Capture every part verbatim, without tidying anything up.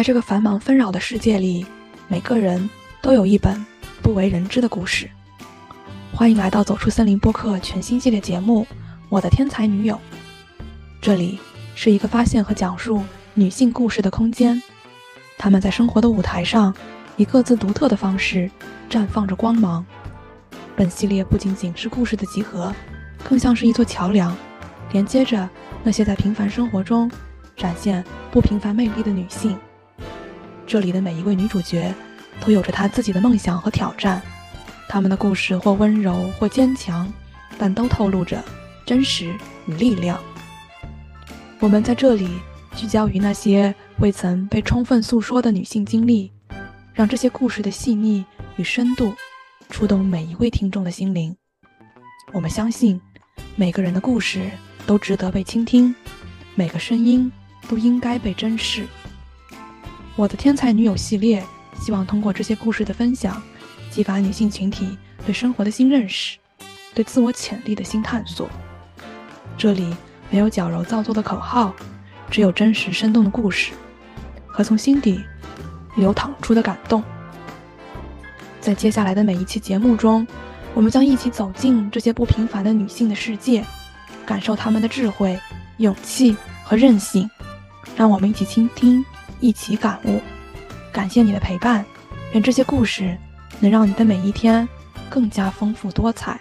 在这个繁忙纷扰的世界里，每个人都有一本不为人知的故事。欢迎来到走出森林播客全新系列节目《我的天才女友》。这里是一个发现和讲述女性故事的空间，她们在生活的舞台上以各自独特的方式绽放着光芒。本系列不仅仅是故事的集合，更像是一座桥梁，连接着那些在平凡生活中展现不平凡魅力的女性。这里的每一位女主角都有着她自己的梦想和挑战，她们的故事或温柔或坚强，但都透露着真实与力量。我们在这里聚焦于那些未曾被充分诉说的女性经历，让这些故事的细腻与深度触动每一位听众的心灵。我们相信每个人的故事都值得被倾听，每个声音都应该被珍视。我的天才女友系列希望通过这些故事的分享，激发女性群体对生活的新认识，对自我潜力的新探索。这里没有矫揉造作的口号，只有真实生动的故事和从心底流淌出的感动。在接下来的每一期节目中，我们将一起走进这些不平凡的女性的世界，感受她们的智慧、勇气和韧性。让我们一起倾听，一起感悟。感谢你的陪伴，愿这些故事能让你的每一天更加丰富多彩。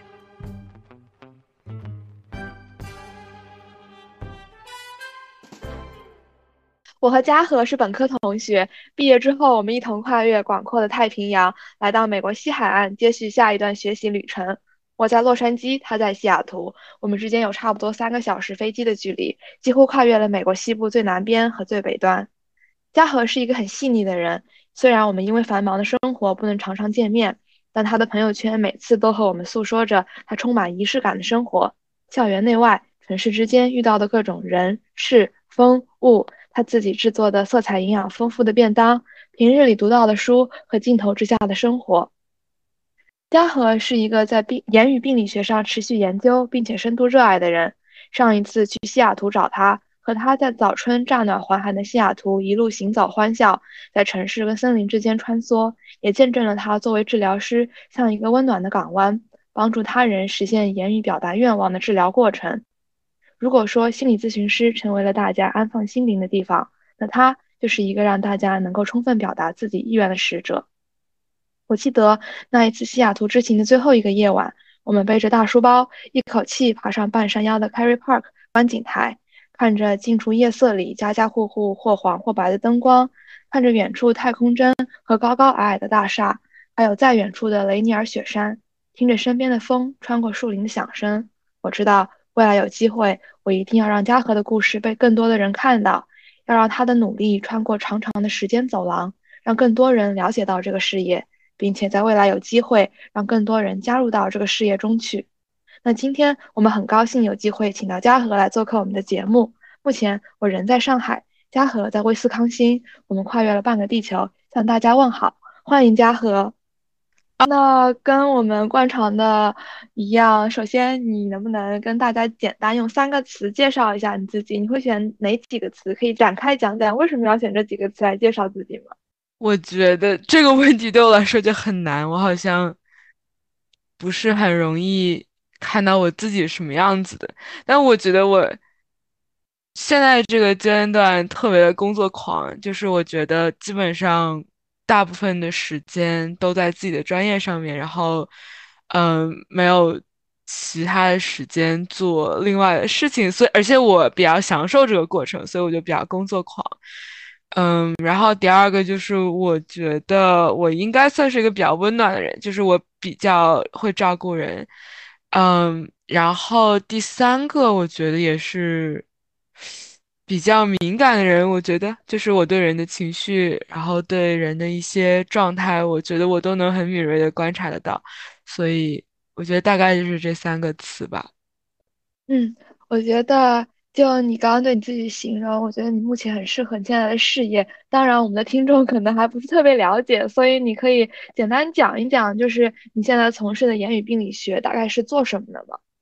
我和嘉禾是本科同学，毕业之后我们一同跨越广阔的太平洋，来到美国西海岸，接续下一段学习旅程。我在洛杉矶，他在西雅图，我们之间有差不多三个小时飞机的距离，几乎跨越了美国西部最南边和最北端。嘉禾是一个很细腻的人，虽然我们因为繁忙的生活不能常常见面，但他的朋友圈每次都和我们诉说着他充满仪式感的生活，校园内外、城市之间遇到的各种人、事、风、物，他自己制作的色彩营养丰富的便当，平日里读到的书和镜头之下的生活。嘉禾是一个在病言语病理学上持续研究并且深度热爱的人。上一次去西雅图找他，和他在早春乍暖还寒的西雅图一路行走欢笑，在城市跟森林之间穿梭，也见证了他作为治疗师像一个温暖的港湾，帮助他人实现言语表达愿望的治疗过程。如果说心理咨询师成为了大家安放心灵的地方，那他就是一个让大家能够充分表达自己意愿的使者。我记得那一次西雅图之行的最后一个夜晚，我们背着大书包，一口气爬上半山腰的 Kerry Park 观景台，看着近处夜色里家家户户或黄或白的灯光，看着远处太空针和高高矮矮的大厦，还有再远处的雷尼尔雪山，听着身边的风穿过树林的响声。我知道未来有机会，我一定要让嘉禾的故事被更多的人看到，要让他的努力穿过长长的时间走廊，让更多人了解到这个事业，并且在未来有机会让更多人加入到这个事业中去。那今天我们很高兴有机会请到嘉禾来做客我们的节目。目前我人在上海，嘉禾在威斯康星，我们跨越了半个地球，向大家问好，欢迎嘉禾。那跟我们惯常的一样，首先你能不能跟大家简单用三个词介绍一下你自己？你会选哪几个词？可以展开讲讲为什么要选这几个词来介绍自己吗？ 我觉得这个问题对我来说就很难，我好像不是很容易看到我自己什么样子的。但我觉得我现在这个阶段特别的工作狂，就是我觉得基本上大部分的时间都在自己的专业上面，然后嗯，没有其他的时间做另外的事情，所以而且我比较享受这个过程，所以我就比较工作狂。嗯，然后第二个就是我觉得我应该算是一个比较温暖的人，就是我比较会照顾人。嗯，然后第三个我觉得也是比较敏感的人，我觉得就是我对人的情绪，然后对人的一些状态，我觉得我都能很敏锐的观察得到，所以我觉得大概就是这三个词吧。 嗯，我觉得就你刚刚对你自己形容，我觉得你目前很适合你现在的事业。当然，我们的听众可能还不是特别了解，所以你可以简单讲一讲，就是你现在从事的言语病理学大概是做什么的吗？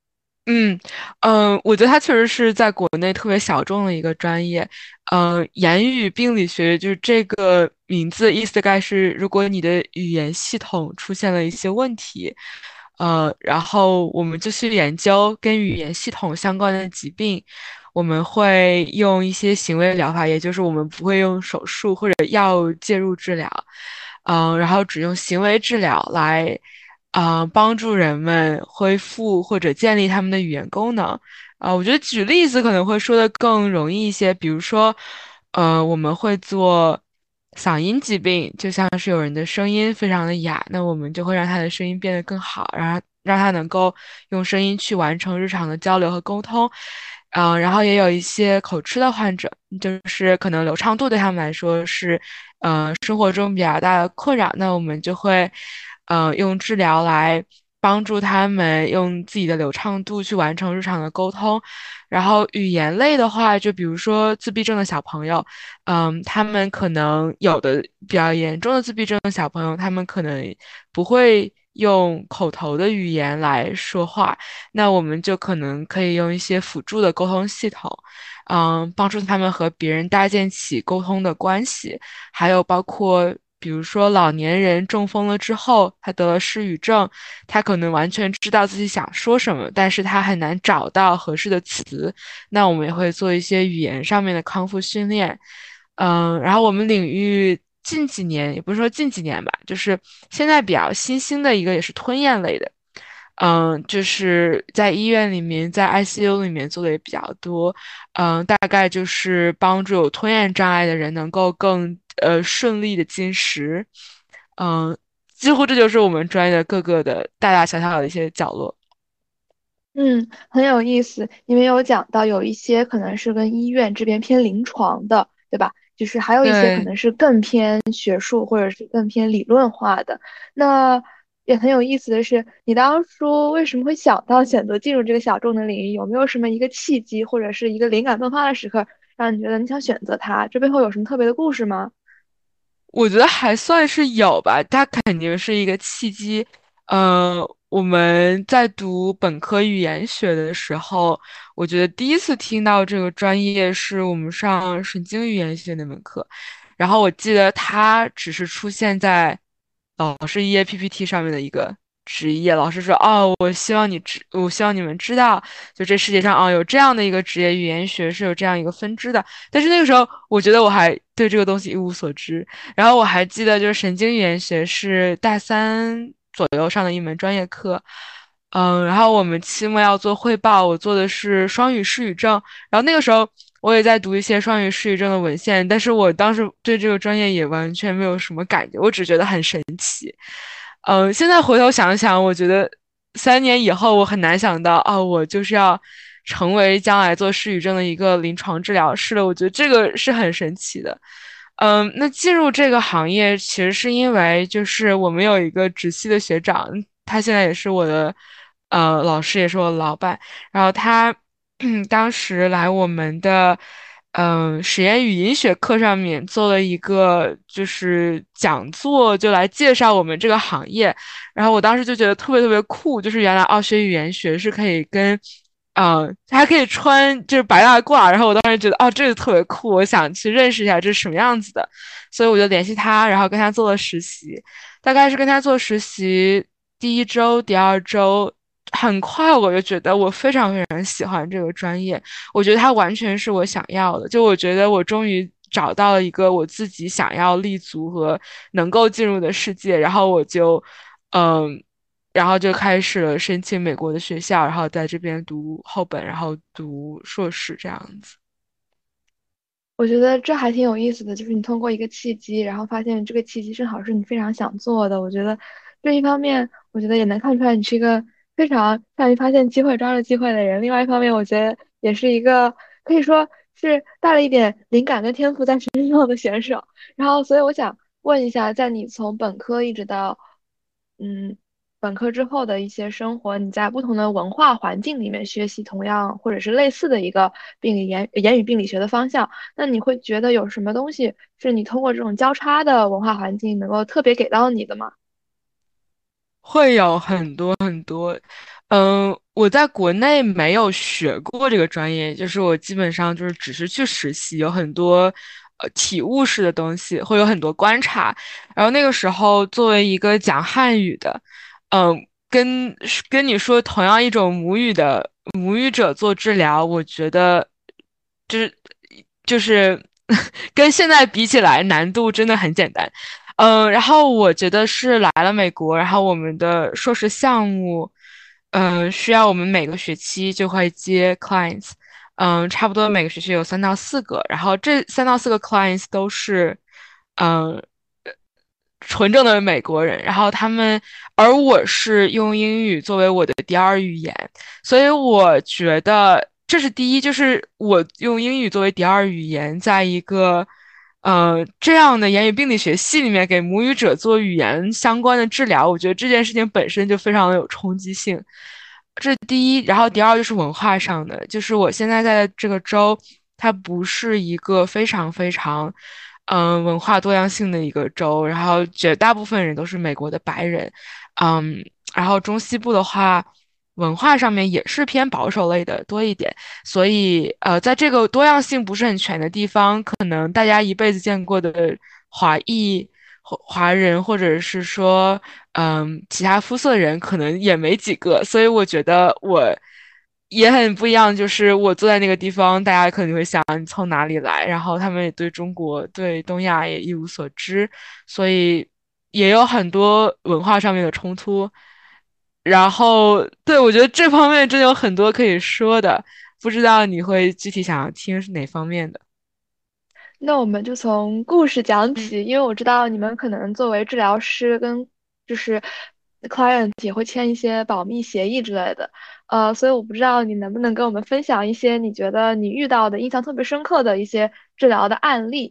嗯嗯，呃我觉得它确实是在国内特别小众的一个专业。呃，言语病理学就是这个名字意思大概是，如果你的语言系统出现了一些问题，呃，然后我们就去研究跟语言系统相关的疾病，我们会用一些行为疗法，也就是我们不会用手术或者药物介入治疗，嗯、然后只用行为治疗来。啊、帮助人们恢复或者建立他们的语言功能。啊、我觉得举例子可能会说的更容易一些，比如说，呃，我们会做嗓音疾病，就像是有人的声音非常的哑，那我们就会让他的声音变得更好，然后让他能够用声音去完成日常的交流和沟通。嗯、然后也有一些口吃的患者，就是可能流畅度对他们来说是，呃，生活中比较大的困扰，那我们就会，呃，用治疗来帮助他们用自己的流畅度去完成日常的沟通。然后语言类的话，就比如说自闭症的小朋友，嗯，他们可能有的比较严重的自闭症的小朋友，他们可能不会用口头的语言来说话，那我们就可能可以用一些辅助的沟通系统，嗯，帮助他们和别人搭建起沟通的关系。还有包括比如说老年人中风了之后，他得了失语症，他可能完全知道自己想说什么，但是他很难找到合适的词，那我们也会做一些语言上面的康复训练。嗯，然后我们领域近几年，也不是说近几年吧，就是现在比较新兴的一个也是吞咽类的。嗯，就是在医院里面，在 I C U 里面做的也比较多。嗯，大概就是帮助有吞咽障碍的人能够更呃顺利的进食。嗯，几乎这就是我们专业的各个的大大小小的一些角落。 嗯，很有意思，因为有讲到有一些可能是跟医院这边偏临床的，对吧？就是还有一些可对。 能是更偏学术或者是更偏理论化的。那也很有意思的是，你当初为什么会想到选择进入这个小众的领域？有没有什么一个契机或者是一个灵感迸发的时刻，让你觉得你想选择它？这背后有什么特别的故事吗？ 我觉得还算是有吧，它肯定是一个契机。呃，我们在读本科语言学的时候，我觉得第一次听到这个专业是我们上神经语言学那门课，然后我记得它只是出现在老师一页 P P T 上面的一个职业，老师说：“哦，我希望你知，我希望你们知道，就这世界上哦有这样的一个职业，语言学是有这样一个分支的。”但是那个时候，我觉得我还对这个东西一无所知。然后我还记得，就是神经语言学是大三左右上的一门专业课，嗯，然后我们期末要做汇报，我做的是双语失语症，然后那个时候我也在读一些双语失语症的文献，但是我当时对这个专业也完全没有什么感觉，我只觉得很神奇。嗯，现在回头想想，我觉得三年以后我很难想到，哦，我就是要成为将来做失语症的一个临床治疗师了，我觉得这个是很神奇的。嗯，那进入这个行业其实是因为就是我们有一个直系的学长，他现在也是我的呃老师，也是我的老板。然后他当时来我们的嗯实验语音学课上面做了一个就是讲座，就来介绍我们这个行业。然后我当时就觉得特别特别酷，就是原来哦学语言学是可以跟嗯，还可以穿就是白大褂，然后我当时觉得哦，这个特别酷，我想去认识一下这是什么样子的，所以我就联系他，然后跟他做了实习，大概是跟他做实习第一周、第二周，很快我就觉得我非常非常喜欢这个专业，我觉得它完全是我想要的，就我觉得我终于找到了一个我自己想要立足和能够进入的世界，然后我就嗯。然后就开始了申请美国的学校，然后在这边读后本，然后读硕士这样子。 我觉得这还挺有意思的，就是你通过一个契机，然后发现这个契机正好是你非常想做的。我觉得这一方面，我觉得也能看出来你是一个非常善于发现机会、抓住机会的人。另外一方面，我觉得也是一个可以说是带了一点灵感跟天赋在身上的选手。然后，所以我想问一下，在你从本科一直到嗯本科之后的一些生活，你在不同的文化环境里面学习同样或者是类似的一个病理言言语病理学的方向。那你会觉得有什么东西是你通过这种交叉的文化环境能够特别给到你的吗？ 会有很多很多， 嗯，我在国内没有学过这个专业，就是我基本上就是只是去实习，有很多呃体悟式的东西，会有很多观察。然后那个时候作为一个讲汉语的，嗯，跟跟你说同样一种母语的母语者做治疗，我觉得就是就是跟现在比起来，难度真的很简单。嗯，然后我觉得是来了美国，然后我们的硕士项目，嗯，需要我们每个学期就会接 clients，嗯，差不多每个学期有三到四个，然后这三到四个 clients 都是，嗯，纯正的美国人，然后他们，而我是用英语作为我的第二语言，所以我觉得这是第一，就是我用英语作为第二语言，在一个呃这样的言语病理学系里面给母语者做语言相关的治疗，我觉得这件事情本身就非常的有冲击性。这是第一，然后第二就是文化上的，就是我现在在的这个州，它不是一个非常非常。嗯，文化多样性的一个州，然后绝大部分人都是美国的白人，嗯，然后中西部的话，文化上面也是偏保守类的多一点，所以呃，在这个多样性不是很全的地方，可能大家一辈子见过的华裔、华华人，或者是说嗯其他肤色的人，可能也没几个，所以我觉得我。也很不一样，就是我坐在那个地方，大家可能会想你从哪里来，然后他们也对中国、对东亚也一无所知，所以也有很多文化上面的冲突。然后，对，我觉得这方面真的有很多可以说的，不知道你会具体想要听是哪方面的？ 那我们就从故事讲嗯起，因为我知道你们可能作为治疗师跟就是 client 也会签一些保密协议之类的，呃，所以我不知道你能不能跟我们分享一些你觉得你遇到的印象特别深刻的一些治疗的案例。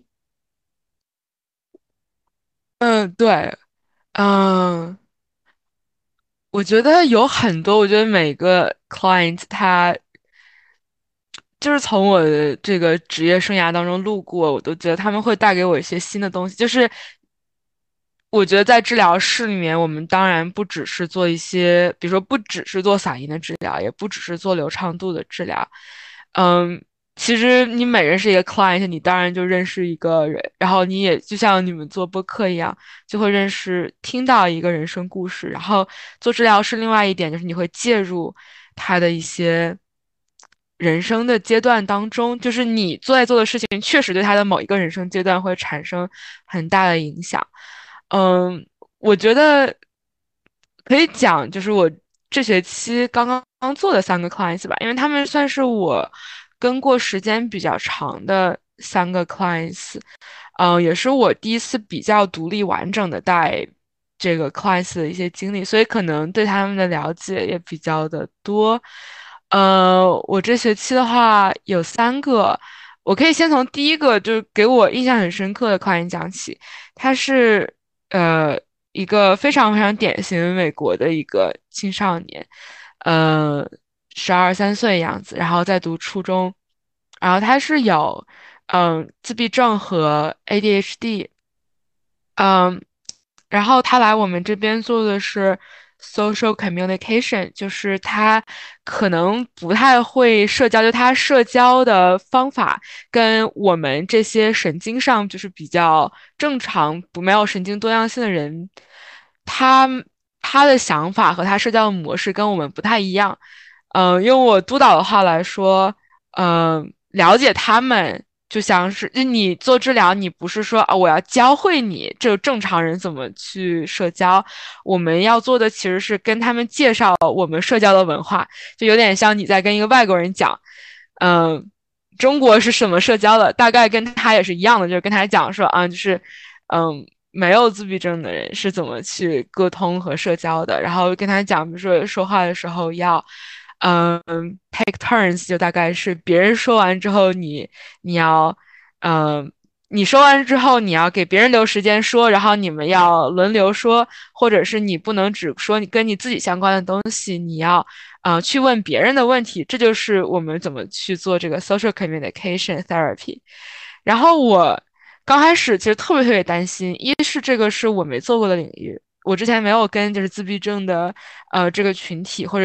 嗯，对，嗯，我觉得有很多，我觉得每个 client 他就是从我的这个职业生涯当中路过，我都觉得他们会带给我一些新的东西。就是我觉得在治疗室里面，我们当然不只是做一些，比如说不只是做嗓音的治疗，也不只是做流畅度的治疗。嗯，其实你每认识一个 client，你当然就认识一个人，然后你也就像你们做播客一样，就会认识听到一个人生故事。然后做治疗师，另外一点就是你会介入他的一些。人生的阶段当中，就是你做在做的事情，确实对他的某一个人生阶段会产生很大的影响。嗯，我觉得可以讲，就是我这学期刚刚刚做的三个 clients 吧，因为他们算是我跟过时间比较长的三个 clients，嗯，也是我第一次比较独立完整的带这个 clients 的一些经历，所以可能对他们的了解也比较的多。呃，我这学期的话有三个，我可以先从第一个就是给我印象很深刻的 client 讲起。他是呃一个非常非常典型的美国的一个青少年，呃，十二三岁样子，然后在读初中，然后他是有嗯自闭症和 A D H D，嗯，然后他来我们这边做的是 social communication，就是他可能不太会社交，就他社交的方法跟我们这些神经上就是比较正常、不没有神经多样性的人，他他的想法和他社交的模式跟我们不太一样。嗯，用我督导的话来说，嗯，了解他们。就像是就你做治疗，你不是说啊，我要教会你这个正常人怎么去社交，我们要做的其实是跟他们介绍我们社交的文化，就有点像你在跟一个外国人讲，嗯，中国是什么社交的，大概跟他也是一样的，就是跟他讲说啊，就是嗯，没有自闭症的人是怎么去沟通和社交的，然后跟他讲，比如说说话的时候要。嗯，take turns 就大概是别人说完之后你，你要，嗯，你说完之后你要给别人留时间说，然后你们要轮流说，或者是你不能只说你跟你自己相关的东西，你要，呃，去问别人的问题，这就是我们怎么去做这个 social communication therapy。然后我刚开始其实特别特别担心，一是这个是我没做过的领域，我之前没有跟就是自闭症的呃这个群体或者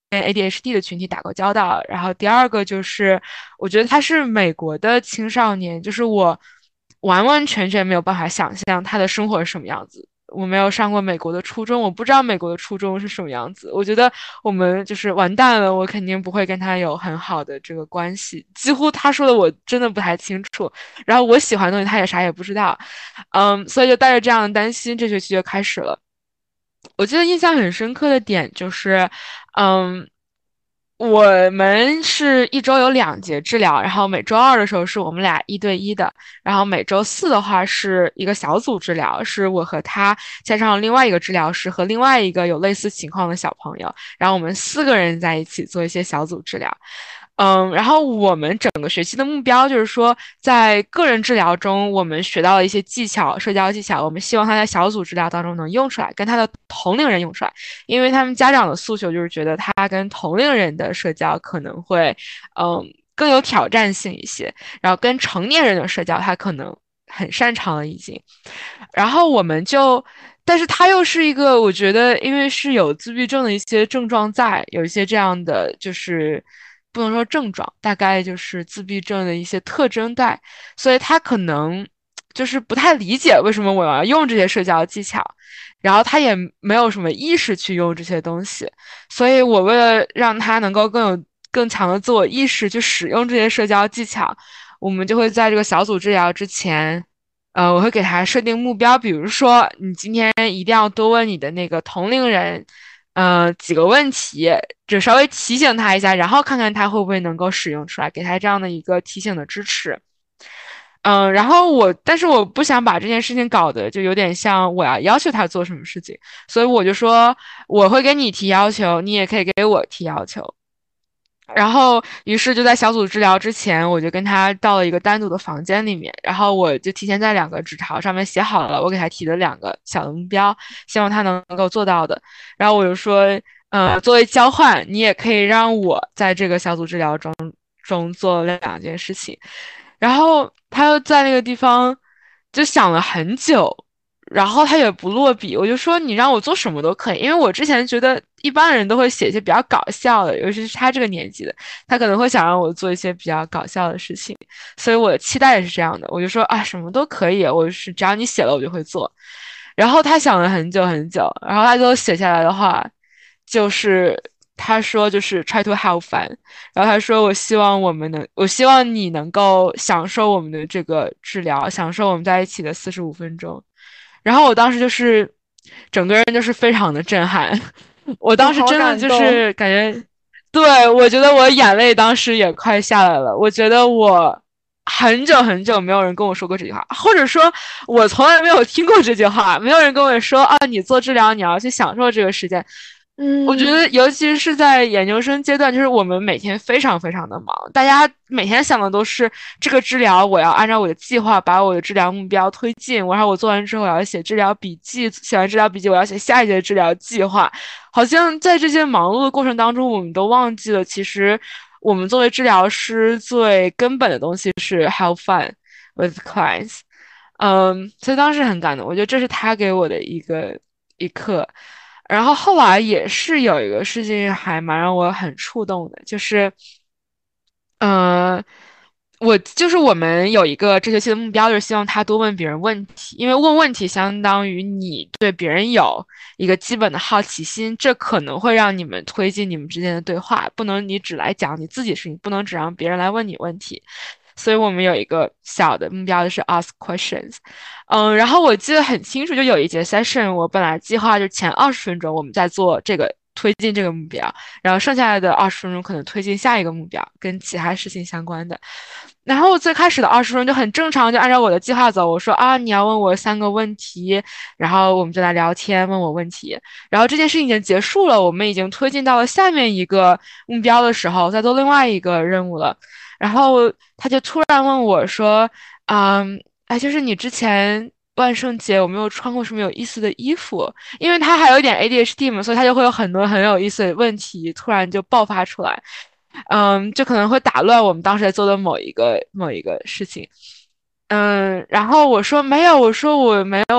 A D H D 的群体打过交道，然后第二个就是我觉得他是美国的青少年，就是我完完全全没有办法想象他的生活是什么样子。我没有上过美国的初中，我不知道美国的初中是什么样子。我觉得我们就是完蛋了，我肯定不会跟他有很好的这个关系。几乎他说的我真的不太清楚，然后我喜欢的东西他也啥也不知道，嗯，所以就带着这样的担心，这学期就开始了。我记得印象很深刻的点就是，嗯。我们是一周有两节治疗，然后每周二的时候是我们俩一对一的，然后每周四的话是一个小组治疗，是我和他加上另外一个治疗师和另外一个有类似情况的小朋友，然后我们四个人在一起做一些小组治疗。嗯，然后我们整个学期的目标就是说，在个人治疗中，我们学到了一些技巧，社交技巧，我们希望他在小组治疗当中能用出来，跟他的同龄人用出来，因为他们家长的诉求就是觉得他跟同龄人的社交可能会，嗯，更有挑战性一些，然后跟成年人的社交他可能很擅长了已经，然后我们就。但是他又是一个，我觉得，因为是有自闭症的一些症状在，有一些这样的，就是不能说症状，大概就是自闭症的一些特征在，所以他可能就是不太理解为什么我要用这些社交技巧，然后他也没有什么意识去用这些东西，所以我为了让他能够更有更强的自我意识去使用这些社交技巧，我们就会在这个小组治疗之前。呃，我会给他设定目标，比如说你今天一定要多问你的那个同龄人，呃，几个问题，就稍微提醒他一下，然后看看他会不会能够使用出来，给他这样的一个提醒的支持。嗯，然后我，但是我不想把这件事情搞得就有点像我要要求他做什么事情，所以我就说我会给你提要求，你也可以给我提要求。然后，于是就在小组治疗之前，我就跟他到了一个单独的房间里面，然后我就提前在两个纸条上面写好了我给他提的两个小的目标，希望他能够做到的。然后我就说，呃，作为交换，你也可以让我在这个小组治疗中中做两件事情。然后他又在那个地方就想了很久，然后他也不落笔，我就说你让我做什么都可以，因为我之前觉得一般人都会写一些比较搞笑的，尤其是他这个年纪的，他可能会想让我做一些比较搞笑的事情，所以我的期待也是这样的，我就说啊什么都可以，我是只要你写了我就会做。然后他想了很久很久，然后他给我写下来的话，就是他说就是 try to have fun，然后他说我希望我们能，我希望你能够享受我们的这个治疗，享受我们在一起的四十五分钟。然后我当时就是整个人就是非常的震撼，我当时真的就是感觉，对，我觉得我眼泪当时也快下来了。我觉得我很久很久没有人跟我说过这句话，或者说我从来没有听过这句话，没有人跟我说啊，你做治疗你要去享受这个时间。 嗯， 我觉得尤其是在研究生阶段，就是我们每天非常非常的忙，大家每天想的都是这个治疗，我要按照我的计划把我的治疗目标推进，然后我做完之后我要写治疗笔记，写完治疗笔记我要写下一节治疗计划。好像在这些忙碌的过程当中，我们都忘记了，其实我们作为治疗师最根本的东西是 have fun with clients。嗯，所以当时很感动，我觉得这是他给我的一个一课。然后后来也是有一个事情还蛮让我很触动的，就是，呃，我就是我们有一个这学期的目标，就是希望他多问别人问题，因为问问题相当于你对别人有一个基本的好奇心，这可能会让你们推进你们之间的对话，不能你只来讲你自己的事情，不能只让别人来问你问题。所以我们有一个小的目标，就是 ask questions。嗯，然后我记得很清楚，就有一节 session，我本来计划就前二十分钟我们在做这个推进这个目标，然后剩下来的二十分钟可能推进下一个目标，跟其他事情相关的。然后最开始的二十分钟就很正常，就按照我的计划走。我说啊，你要问我三个问题，然后我们就来聊天，问我问题。然后这件事情已经结束了，我们已经推进到了下面一个目标的时候，在做另外一个任务了。然后他就突然问我说：“嗯，哎，就是你之前万圣节有没有穿过什么有意思的衣服？因为他还有一点 A D H D 嘛，所以他就会有很多很有意思的问题突然就爆发出来，嗯，就可能会打乱我们当时在做的某一个某一个事情。嗯，然后我说没有，我说我没有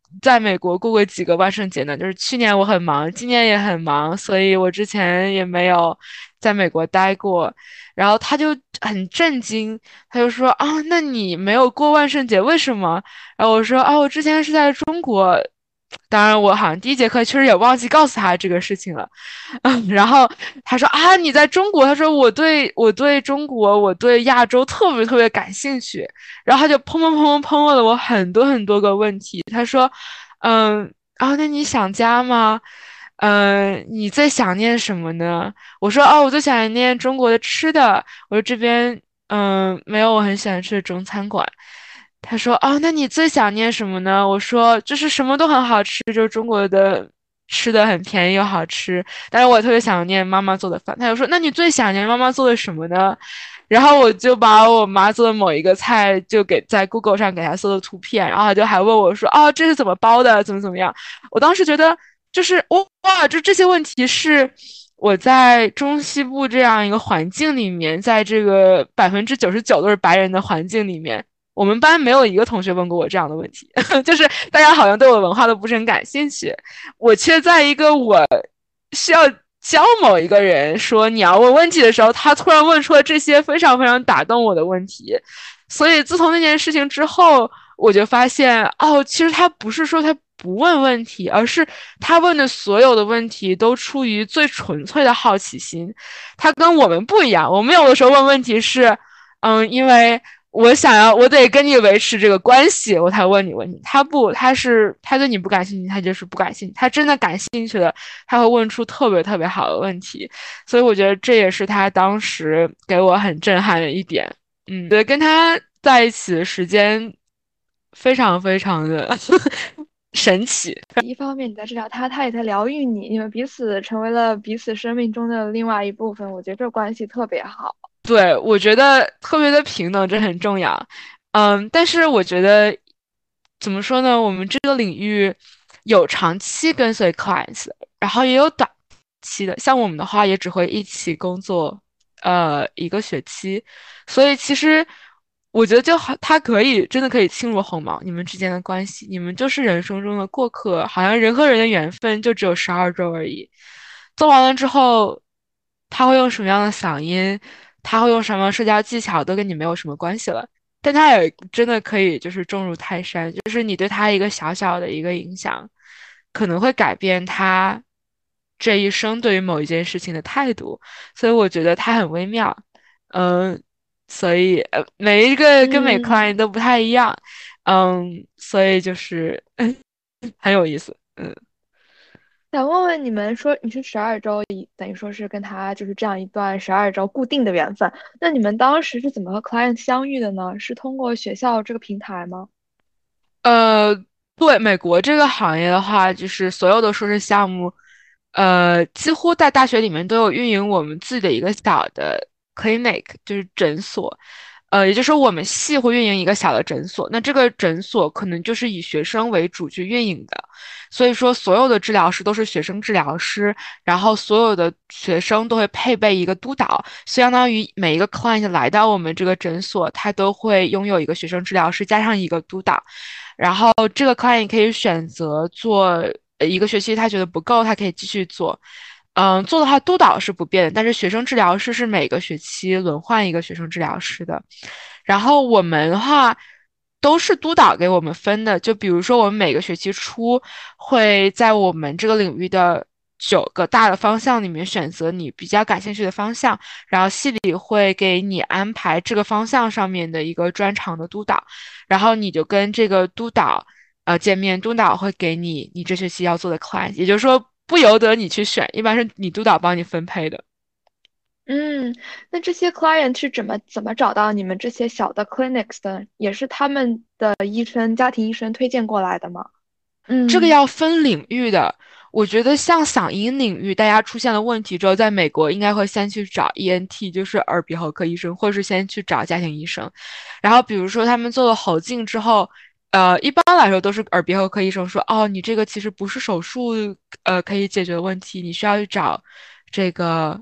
在美国过过几个万圣节呢？就是去年我很忙，今年也很忙，所以我之前也没有在美国待过。然后他就很震惊，他就说啊，那你没有过万圣节，为什么？然后我说啊，我之前是在中国。当然，我好像第一节课确实也忘记告诉他这个事情了。嗯，然后他说啊，你在中国？他说我对我对中国，我对亚洲特别特别感兴趣。然后他就砰砰砰砰砰问了我很多很多个问题。他说，嗯，啊，那你想家吗？嗯，你最想念什么呢？我说，哦，我最想念中国的吃的。我说这边，嗯，没有我很喜欢吃的中餐馆。他说，哦，那你最想念什么呢？我说，就是什么都很好吃，就是中国的吃的很便宜又好吃。但是我特别想念妈妈做的饭。他就说，那你最想念妈妈做的什么呢？然后我就把我妈做的某一个菜就给在 Google 上给她搜的图片，然后她就还问我说，哦，这是怎么包的？怎么怎么样？我当时觉得就是哇，就这些问题是我在中西部这样一个环境里面，在这个百分之九十九都是白人的环境里面。我们班没有一个同学问过我这样的问题，就是大家好像对我的文化都不是很感兴趣，我却在一个我需要教某一个人说你要问问题的时候，他突然问出了这些非常非常打动我的问题。所以自从那件事情之后，我就发现哦，其实他不是说他不问问题，而是他问的所有的问题都出于最纯粹的好奇心。他跟我们不一样，我们有的时候问问题是，嗯，因为我想要，我得跟你维持这个关系，我才问你问题。他不，他是他对你不感兴趣，他就是不感兴趣。他真的感兴趣的，他会问出特别特别好的问题。所以我觉得这也是他当时给我很震撼的一点。嗯，对，跟他在一起的时间非常非常的神奇。 一方面你在治疗他，他也在疗愈你，你们彼此成为了彼此生命中的另外一部分，我觉得这关系特别好。 对，我觉得特别的平等，这很重要。嗯，但是我觉得怎么说呢？我们这个领域有长期跟随 clients，然后也有短期的。像我们的话，也只会一起工作，呃，一个学期。所以其实我觉得就好，他可以真的可以轻如鸿毛，你们之间的关系，你们就是人生中的过客，好像人和人的缘分就只有十二周而已。做完了之后，他会用什么样的嗓音？他会用什么社交技巧都跟你没有什么关系了，但他也真的可以就是重入泰山，就是你对他一个小小的一个影响，可能会改变他这一生对于某一件事情的态度，所以我觉得他很微妙，嗯，所以呃每一个跟每嗯， client 都不太一样，嗯，所以就是很有意思，嗯。 想问问你们说你是十二周，等于说是跟他就是这样一段十二周固定的缘分，那你们当时是怎么和 client 相遇的呢？是通过学校这个平台吗？ 呃，对，美国这个行业的话，就是所有的硕士项目，呃，几乎在大学里面都有运营我们自己的一个小的 clinic，就是诊所。呃，也就是说，我们系会运营一个小的诊所，那这个诊所可能就是以学生为主去运营的，所以说所有的治疗师都是学生治疗师，然后所有的学生都会配备一个督导，相当于每一个 client 来到我们这个诊所，他都会拥有一个学生治疗师加上一个督导。然后这个 client 可以选择做呃一个学期，他觉得不够，他可以继续做。嗯，做的话督导是不变的，但是学生治疗师是每个学期轮换一个学生治疗师的。然后我们的话都是督导给我们分的，就比如说我们每个学期初会在我们这个领域的九个大的方向里面选择你比较感兴趣的方向，然后系里会给你安排这个方向上面的一个专长的督导。然后你就跟这个督导呃见面，督导会给你你这学期要做的 class，也就是说不由得你去选，一般是你督导帮你分配的。 嗯，那这些 client 是怎么怎么找到你们这些小的 clinics 的？也是他们的医生、家庭医生推荐过来的吗？ 这个嗯要分领域的。我觉得像嗓音领域，大家出现了问题之后，在美国应该会先去找 E N T，就是耳鼻喉科医生，或者是先去找家庭医生。然后比如说他们做了喉镜之后，呃，一般来说都是耳鼻喉科医生说，哦，你这个其实不是手术，呃，可以解决的问题，你需要去找这个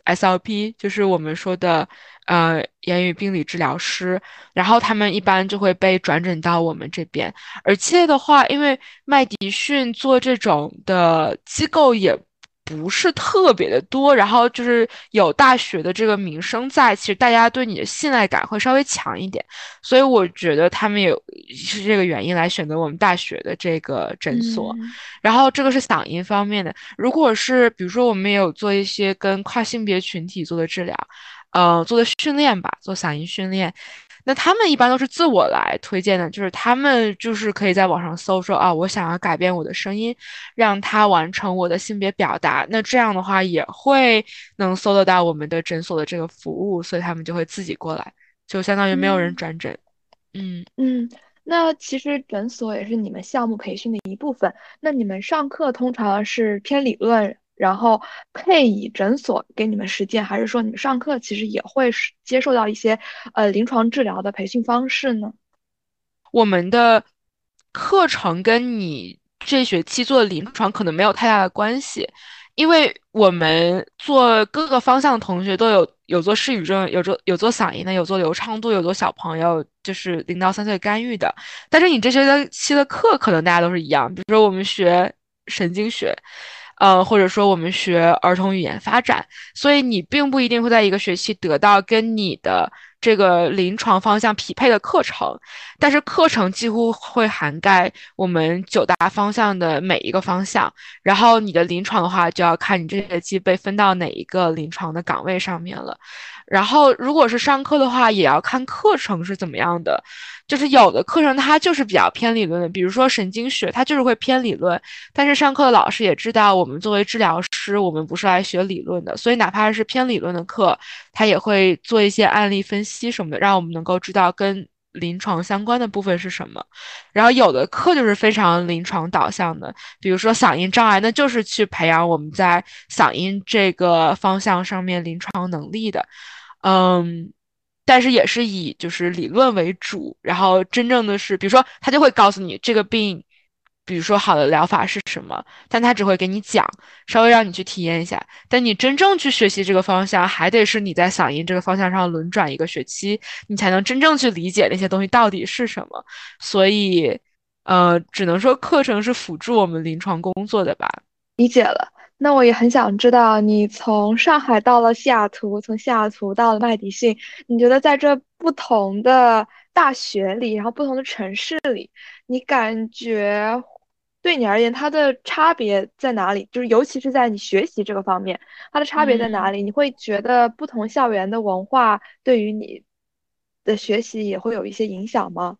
S L P，就是我们说的呃言语病理治疗师，然后他们一般就会被转诊到我们这边。而且的话，因为麦迪逊做这种的机构也不是特别的多，然后就是有大学的这个名声在，其实大家对你的信赖感会稍微强一点，所以我觉得他们也是这个原因来选择我们大学的这个诊所。 嗯然后这个是嗓音方面的，如果是比如说我们也有做一些跟跨性别群体做的治疗，呃，做的训练吧，做嗓音训练。那他们一般都是自我来推荐的，就是他们就是可以在网上搜说啊，我想要改变我的声音，让他完成我的性别表达。那这样的话也会能搜得到我们的诊所的这个服务，所以他们就会自己过来，就相当于没有人嗯转诊。嗯。 嗯，那其实诊所也是你们项目培训的一部分。那你们上课通常是偏理论，然后配以诊所给你们实践，还是说你们上课其实也会是接受到一些呃临床治疗的培训方式呢？ 我们的课程跟你这学期做的临床可能没有太大的关系，因为我们做各个方向的同学都有有做失语症，有做有做嗓音的，有做流畅度，有做小朋友就是零到三岁干预的。但是你这学期的课可能大家都是一样，比如说我们学神经学，呃，或者说我们学儿童语言发展，所以你并不一定会在一个学期得到跟你的这个临床方向匹配的课程。但是课程几乎会涵盖我们九大方向的每一个方向，然后你的临床的话，就要看你这学期被分到哪一个临床的岗位上面了。然后如果是上课的话，也要看课程是怎么样的。就是有的课程它就是比较偏理论的，比如说神经学，它就是会偏理论。但是上课的老师也知道，我们作为治疗师，我们不是来学理论的，所以哪怕是偏理论的课，他也会做一些案例分析什么的，让我们能够知道跟临床相关的部分是什么。然后有的课就是非常临床导向的，比如说嗓音障碍，那就是去培养我们在嗓音这个方向上面临床能力的。嗯，但是也是以就是理论为主，然后真正的是，比如说他就会告诉你这个病，比如说好的疗法是什么，但他只会给你讲，稍微让你去体验一下。但你真正去学习这个方向，还得是你在嗓音这个方向上轮转一个学期，你才能真正去理解那些东西到底是什么。所以，呃，只能说课程是辅助我们临床工作的吧。 理解了。那我也很想知道，你从上海到了西雅图，从西雅图到了麦迪逊，你觉得在这不同的大学里，然后不同的城市里，你感觉对你而言，它的差别在哪里？就是尤其是在你学习这个方面，它的差别在哪嗯。 里？你会觉得不同校园的文化对于你的学习也会有一些影响吗？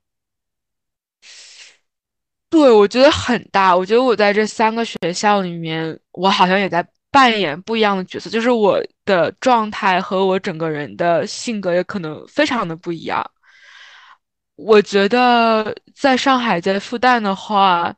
对，我觉得很大。我觉得我在这三个学校里面，我好像也在扮演不一样的角色，就是我的状态和我整个人的性格也可能非常的不一样。我觉得在上海，在复旦的话，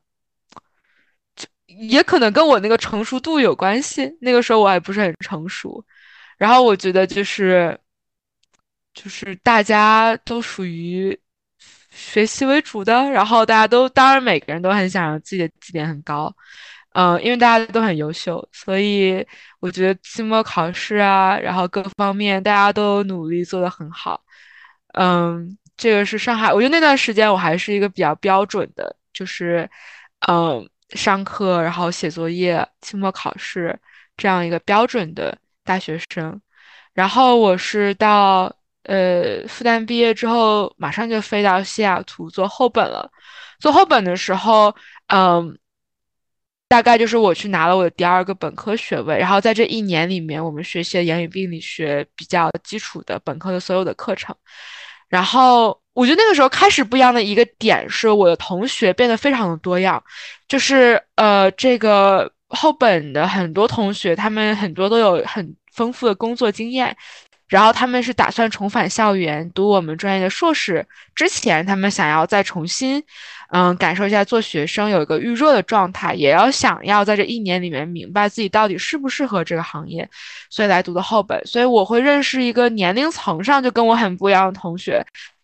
也可能跟我那个成熟度有关系。那个时候我还不是很成熟，然后我觉得就是就是大家都属于学习为主的，然后大家都当然每个人都很想让自己的绩点很高，嗯、因为大家都很优秀，所以我觉得期末考试啊，然后各方面大家都努力做得很好。嗯，这个是上海，我觉得那段时间我还是一个比较标准的，就是嗯上课，然后写作业、期末考试这样一个标准的大学生。然后我是到呃复旦毕业之后，马上就飞到西雅图做后本了。做后本的时候，嗯，大概就是我去拿了我的第二个本科学位，然后在这一年里面，我们学习了言语病理学比较基础的本科的所有的课程。然后我觉得那个时候开始不一样的一个点是，我的同学变得非常的多样，就是呃这个后本的很多同学，他们很多都有很丰富的工作经验。然后他们是打算重返校园读我们专业的硕士，之前他们想要再重新，嗯，感受一下做学生有一个预热的状态，也要想要在这一年里面明白自己到底适不适合这个行业，所以来读的后本。所以我会认识一个年龄层上就跟我很不一样的同学，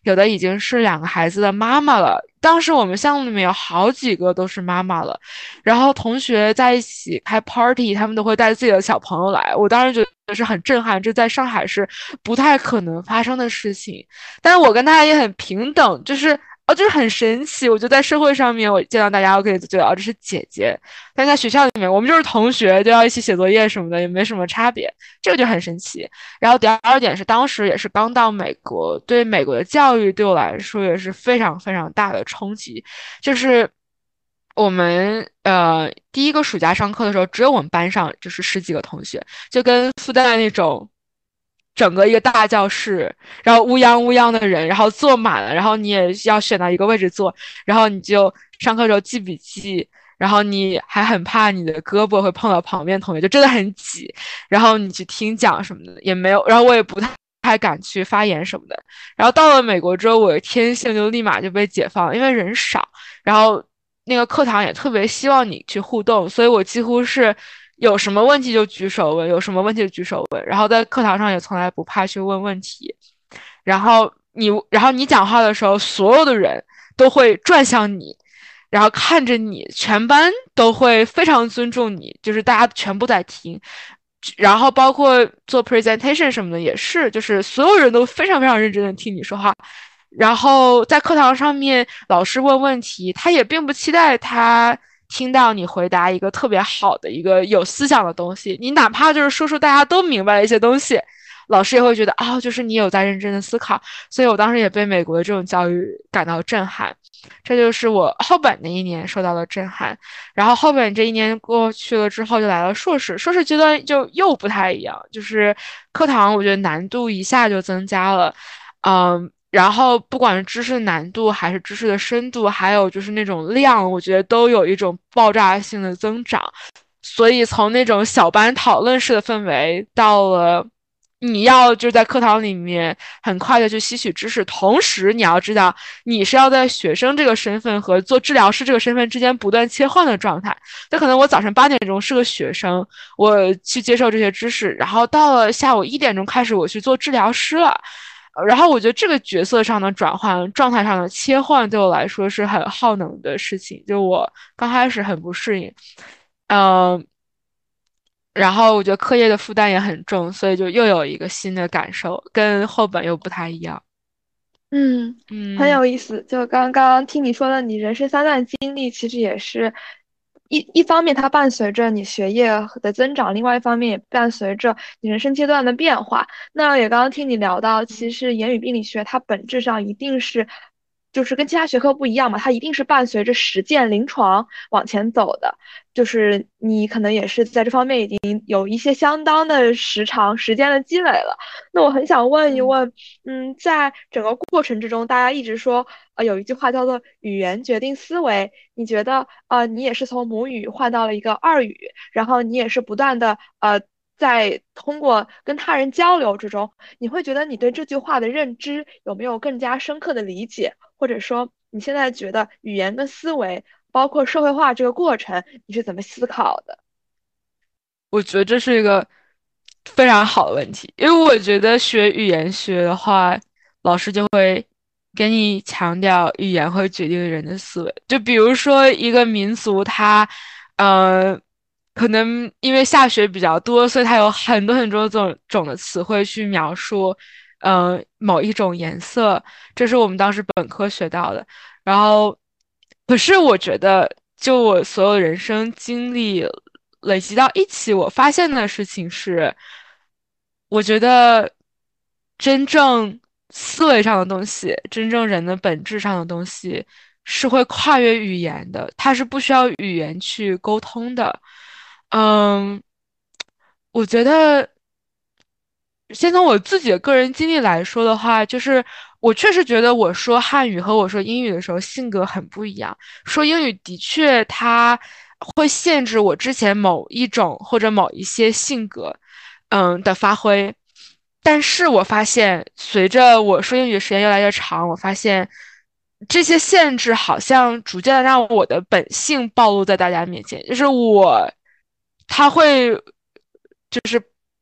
有的已经是两个孩子的妈妈了。当时我们项目里面有好几个都是妈妈了，然后同学在一起开 party，他们都会带自己的小朋友来。我当时觉得是很震撼，这在上海是不太可能发生的事情。但是我跟大家也很平等，就是哦，就是很神奇。我觉得在社会上面，我见到大家，我可以觉得哦，这是姐姐。但在学校里面，我们就是同学，就要一起写作业什么的，也没什么差别，这个就很神奇。然后第二点是，当时也是刚到美国，对美国的教育对我来说也是非常非常大的冲击。就是我们呃第一个暑假上课的时候，只有我们班上就是十几个同学，就跟复旦那种。整个一个大教室，然后乌泱乌泱的人，然后坐满了，然后你也要选到一个位置坐，然后你就上课的时候记笔记，然后你还很怕你的胳膊会碰到旁边同学，就真的很挤。然后你去听讲什么的也没有，然后我也不太太敢去发言什么的。然后到了美国之后，我的天性就立马就被解放了，因为人少，然后那个课堂也特别希望你去互动，所以我几乎是。有什么问题就举手问，有什么问题就举手问，然后在课堂上也从来不怕去问问题。然后你，然后你讲话的时候，所有的人都会转向你，然后看着你，全班都会非常尊重你，就是大家全部在听。然后包括做 presentation 什么的也是，就是所有人都非常非常认真的听你说话。然后在课堂上面，老师问问题，他也并不期待他听到你回答一个特别好的一个有思想的东西，你哪怕就是说出大家都明白的一些东西，老师也会觉得啊、哦，就是你有在认真的思考。所以我当时也被美国的这种教育感到震撼，这就是我后本那一年受到的震撼。然后后本这一年过去了之后，就来了硕士，硕士阶段就又不太一样，就是课堂我觉得难度一下就增加了，嗯。然后不管是知识难度，还是知识的深度，还有就是那种量，我觉得都有一种爆炸性的增长。所以从那种小班讨论式的氛围，到了你要就在课堂里面很快的去吸取知识，同时你要知道你是要在学生这个身份和做治疗师这个身份之间不断切换的状态。就可能我早晨八点钟是个学生，我去接受这些知识，然后到了下午一点钟开始我去做治疗师了。然后我觉得这个角色上的转换、状态上的切换，对我来说是很耗能的事情。就我刚开始很不适应，嗯，然后我觉得课业的负担也很重，所以就又有一个新的感受，跟后本又不太一样。 嗯，很嗯有意思。就刚刚听你说的，你人生三段经历，其实也是一一方面它伴随着你学业的增长，另外一方面也伴随着你人生阶段的变化。那也刚刚听你聊到，其实言语病理学它本质上一定是。就是跟其他学科不一样嘛，它一定是伴随着实践临床往前走的。就是你可能也是在这方面已经有一些相当的时长时间的积累了。那我很想问一问，嗯，在整个过程之中，大家一直说，呃，有一句话叫做语言决定思维。你觉得，呃，你也是从母语换到了一个二语，然后你也是不断的，呃，在通过跟他人交流之中，你会觉得你对这句话的认知有没有更加深刻的理解，或者说你现在觉得语言跟思维，包括社会化这个过程，你是怎么思考的？ 我觉得这是一个非常好的问题，因为我觉得学语言学的话，老师就会给你强调语言会决定人的思维。就比如说一个民族它，呃，可能因为下雪比较多，所以它有很多很多种种的词汇去描述，呃，某一种颜色。这是我们当时本科学到的。然后，可是我觉得，就我所有人生经历累积到一起，我发现的事情是，我觉得真正思维上的东西，真正人的本质上的东西，是会跨越语言的，它是不需要语言去沟通的。嗯，我觉得。先从我自己的个人经历来说的话，就是我确实觉得我说汉语和我说英语的时候性格很不一样。说英语的确它会限制我之前某一种或者某一些性格，嗯的发挥。但是我发现，随着我说英语的时间越来越长，我发现这些限制好像逐渐的让我的本性暴露在大家面前，就是我，他会。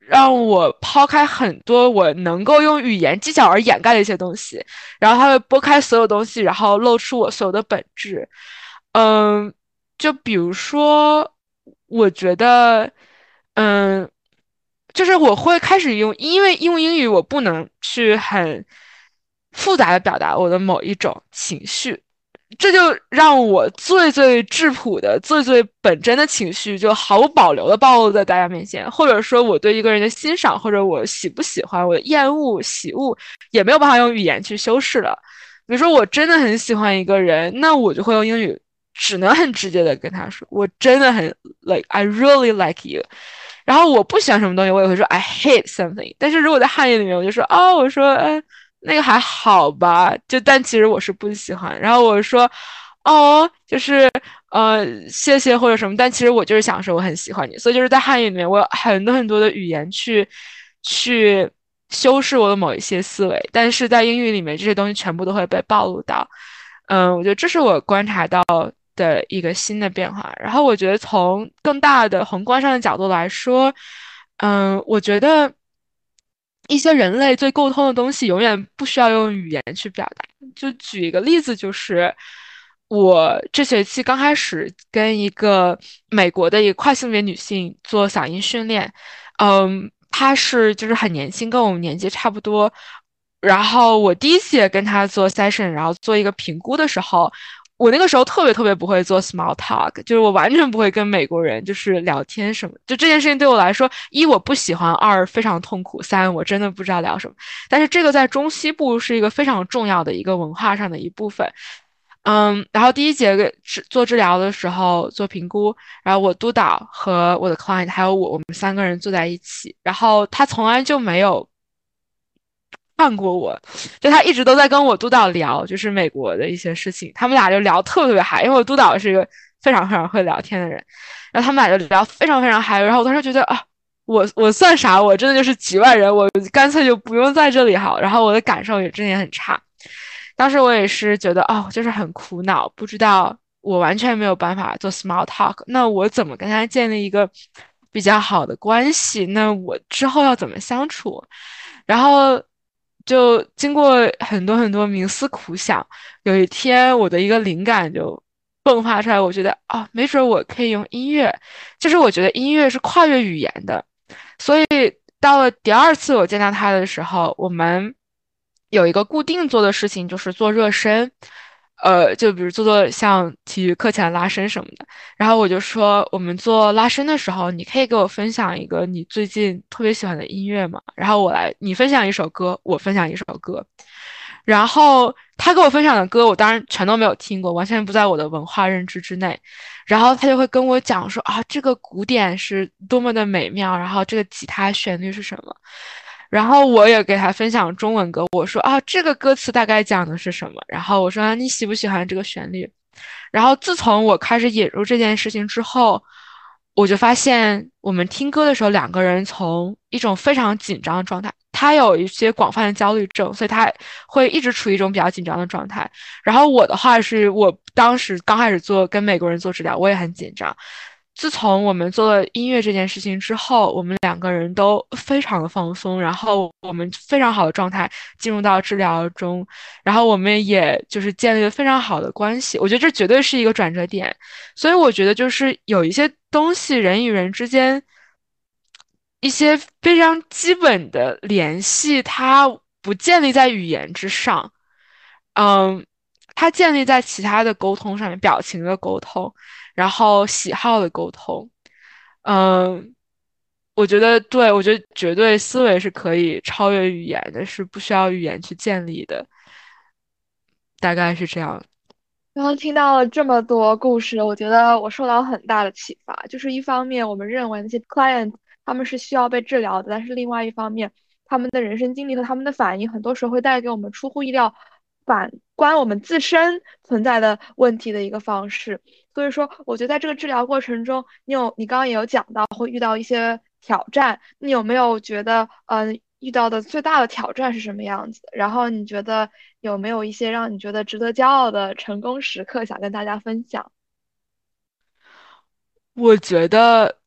让我抛开很多我能够用语言技巧而掩盖的一些东西，然后它会拨开所有东西，然后露出我所有的本质。嗯，就比如说，我觉得，嗯，就是我会开始用，因为用英语我不能去很复杂的表达我的某一种情绪。这就让我最最质朴的、最最本真的情绪，就毫无保留的暴露在大家面前，或者说我对一个人的欣赏，或者我喜不喜欢、我的厌恶、喜恶，也没有办法用语言去修饰了。比如说，我真的很喜欢一个人，那我就会用英语，只能很直接的跟他说，我真的很 like I really like you。然后我不喜欢什么东西，我也会说 I hate something。但是如果在汉语里面，我就说哦，我说嗯。那个还好吧，就但其实我是不喜欢。然后我说，哦，就是呃，谢谢或者什么，但其实我就是想说我很喜欢你。所以就是在汉语里面，我有很多很多的语言去去修饰我的某一些思维，但是在英语里面这些东西全部都会被暴露到。嗯，我觉得这是我观察到的一个新的变化。然后我觉得从更大的宏观上的角度来说，嗯，我觉得。一些人类最沟通的东西，永远不需要用语言去表达。就举一个例子，就是我这学期刚开始跟一个美国的一个跨性别女性做嗓音训练，嗯，她是就是很年轻，跟我们年纪差不多。然后我第一次也跟她做 session，然后做一个评估的时候，我那个时候特别特别不会做 small talk，就是我完全不会跟美国人就是聊天什么。就这件事情对我来说，一我不喜欢，二非常痛苦，三我真的不知道聊什么。但是这个在中西部是一个非常重要的一个文化上的一部分。嗯，然后第一节个治做治疗的时候做评估，然后我督导和我的 client 还有我，我们三个人坐在一起，然后他从来就没有看过我，就他一直都在跟我督导聊，就是美国的一些事情，他们俩就聊特别特别嗨，因为我督导是一个非常非常会聊天的人，然后他们俩就聊非常非常嗨，然后我当时觉得啊，我我算啥？我真的就是局外人，我干脆就不用在这里好，然后我的感受也真的也很差，当时我也是觉得哦，就是很苦恼，不知道我完全没有办法做 small talk，那我怎么跟他建立一个比较好的关系？那我之后要怎么相处？然后就经过很多很多冥思苦想，有一天我的一个灵感就迸发出来，我觉得哦，没准我可以用音乐，就是我觉得音乐是跨越语言的，所以到了第二次我见到他的时候，我们有一个固定做的事情，就是做热身。呃，就比如做做像体育课前拉伸什么的，然后我就说，我们做拉伸的时候，你可以给我分享一个你最近特别喜欢的音乐吗？然后我来，你分享一首歌，我分享一首歌。然后他给我分享的歌，我当然全都没有听过，完全不在我的文化认知之内。然后他就会跟我讲说啊，这个鼓点是多么的美妙，然后这个吉他旋律是什么。然后我也给他分享中文歌，我说啊，这个歌词大概讲的是什么？然后我说啊你喜不喜欢这个旋律？然后自从我开始引入这件事情之后，我就发现我们听歌的时候，两个人从一种非常紧张的状态，他有一些广泛的焦虑症，所以他会一直处于一种比较紧张的状态。然后我的话是我当时刚开始做跟美国人做治疗，我也很紧张。自从我们做了音乐这件事情之后，我们两个人都非常的放松，然后我们非常好的状态进入到治疗中，然后我们也就是建立了非常好的关系。我觉得这绝对是一个转折点，所以我觉得就是有一些东西，人与人之间一些非常基本的联系，它不建立在语言之上，嗯，它建立在其他的沟通上面，表情的沟通。然后喜好的沟通，嗯，我觉得对，我觉得绝对思维是可以超越语言的，是不需要语言去建立的，大概是这样。 刚刚听到了这么多故事，我觉得我受到很大的启发。就是一方面，我们认为那些 client 他们是需要被治疗的，但是另外一方面，他们的人生经历和他们的反应，很多时候会带给我们出乎意料、反观我们自身存在的问题的一个方式。所以说，我觉得在这个治疗过程中，你有你刚刚也有讲到会遇到一些挑战，你有没有觉得，嗯、遇到的最大的挑战是什么样子的？然后你觉得有没有一些让你觉得值得骄傲的成功时刻想跟大家分享？ 我觉得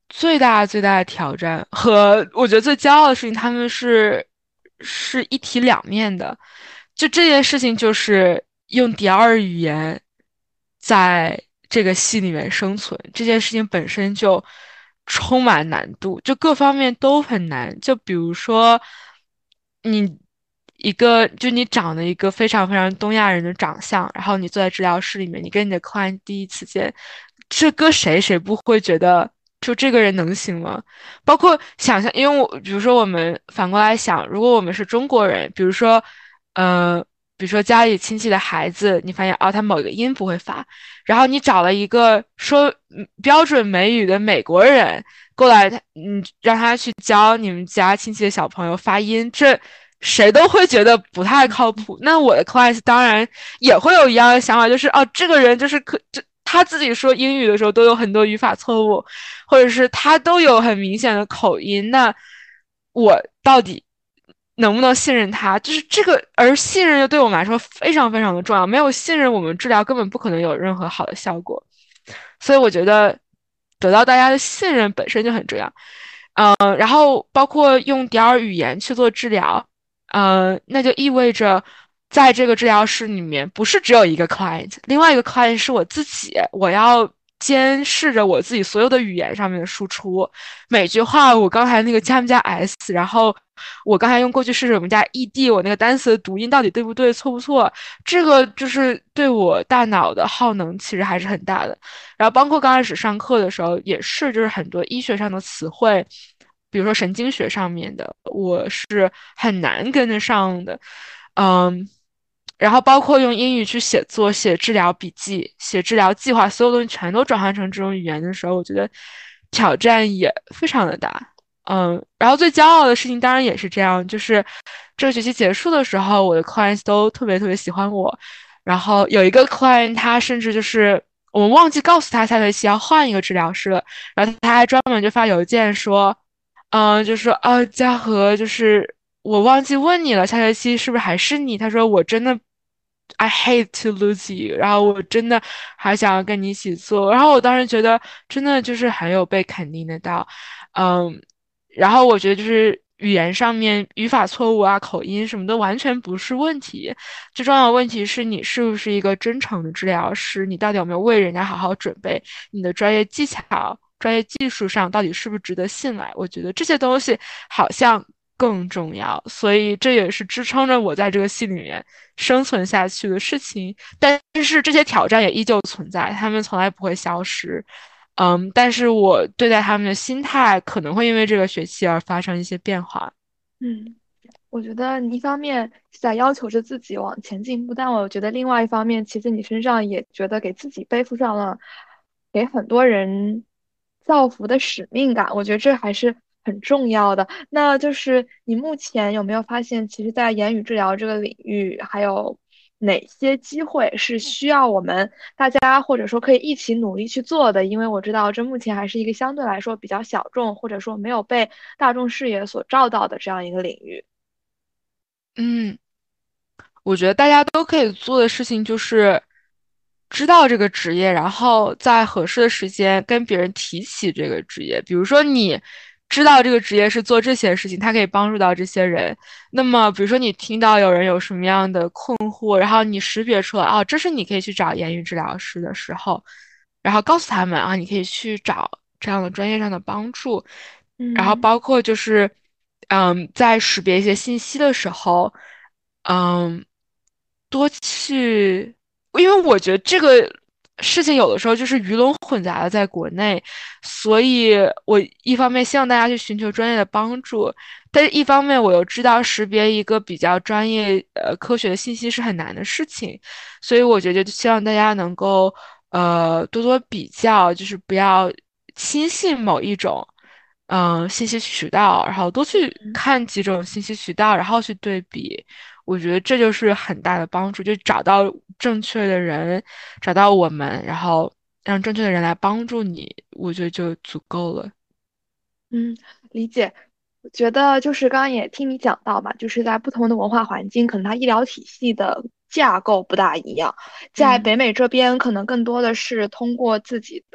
最大最大的挑战和我觉得最骄傲的事情，他们是是一体两面的。就这件事情，就是用第二语言在这个戏里面生存，这件事情本身就充满难度，就各方面都很难。就比如说，你一个就你长得一个非常非常东亚人的长相，然后你坐在治疗室里面，你跟你的 client 第一次见，这搁谁谁不会觉得就这个人能行吗？包括想象，因为我比如说我们反过来想，如果我们是中国人，比如说，呃，比如说家里亲戚的孩子，你发现哦，他某个音不会发，然后你找了一个说嗯标准美语的美国人过来，嗯，让他去教你们家亲戚的小朋友发音，这谁都会觉得不太靠谱。那我的 class 当然也会有一样的想法，就是哦，这个人就是可这。他自己说英语的时候都有很多语法错误，或者是他都有很明显的口音，那我到底能不能信任他？就是这个，而信任又对我们来说非常非常的重要。没有信任，我们治疗根本不可能有任何好的效果。所以我觉得得到大家的信任本身就很重要。嗯、呃，然后包括用第二语言去做治疗，呃，那就意味着在这个治疗室里面，不是只有一个 client，另外一个 client 是我自己，我要监视着我自己所有的语言上面的输出，每句话我刚才那个加不加 s，然后我刚才用过去式什么加 ed，我那个单词的读音到底对不对，错不错，这个就是对我大脑的耗能其实还是很大的。然后包括刚开始上课的时候，也是就是很多医学上的词汇，比如说神经学上面的，我是很难跟得上的。嗯，然后包括用英语去写作、写治疗笔记、写治疗计划，所有东西全都转换成这种语言的时候，我觉得挑战也非常的大。嗯，然后最骄傲的事情当然也是这样，就是这个学期结束的时候，我的 clients 都特别特别喜欢我。然后有一个 client，他甚至就是我们忘记告诉他下学期要换一个治疗师了，然后他还专门就发邮件说，嗯、就说啊，嘉禾，就是我忘记问你了，下学期是不是还是你？他说我真的，I hate to lose you，然后我真的还想要跟你一起做，然后我当时觉得真的就是很有被肯定的到，嗯，然后我觉得就是语言上面语法错误啊、口音什么的完全不是问题，最重要的问题是你是不是一个真诚的治疗师，你到底有没有为人家好好准备，你的专业技巧。专业技术上到底是不是值得信赖？我觉得这些东西好像更重要，所以这也是支撑着我在这个系里面生存下去的事情。但是这些挑战也依旧存在，他们从来不会消失。嗯，但是我对待他们的心态可能会因为这个学期而发生一些变化。 嗯。我觉得你一方面是在要求着自己往前进步，但我觉得另外一方面，其实你身上也觉得给自己背负上了给很多人造福的使命感，我觉得这还是很重要的。那就是你目前有没有发现，其实，在言语治疗这个领域，还有哪些机会是需要我们大家或者说可以一起努力去做的？因为我知道这目前还是一个相对来说比较小众，或者说没有被大众视野所照到的这样一个领域。 嗯。我觉得大家都可以做的事情就是知道这个职业，然后在合适的时间跟别人提起这个职业。比如说，你知道这个职业是做这些事情，它可以帮助到这些人。那么，比如说你听到有人有什么样的困惑，然后你识别出来，哦，这是你可以去找言语治疗师的时候，然后告诉他们啊，你可以去找这样的专业上的帮助。然后嗯包括就是，嗯，在识别一些信息的时候。嗯，多去，因为我觉得这个事情有的时候就是鱼龙混杂的在国内，所以我一方面希望大家去寻求专业的帮助，但是一方面我又知道识别一个比较专业呃科学的信息是很难的事情，所以我觉得就希望大家能够呃多多比较，就是不要轻信某一种。嗯，信息渠道，然后多去嗯看几种信息渠道，然后去对比，我觉得这就是很大的帮助，就找到正确的人，找到我们，然后让正确的人来帮助你，我觉得就足够了。 嗯，理解。我觉得就是刚刚也听你讲到嘛，就是在不同的文化环境，可能它医疗体系的架构不大一样。在嗯北美这边，可能更多的是通过自己的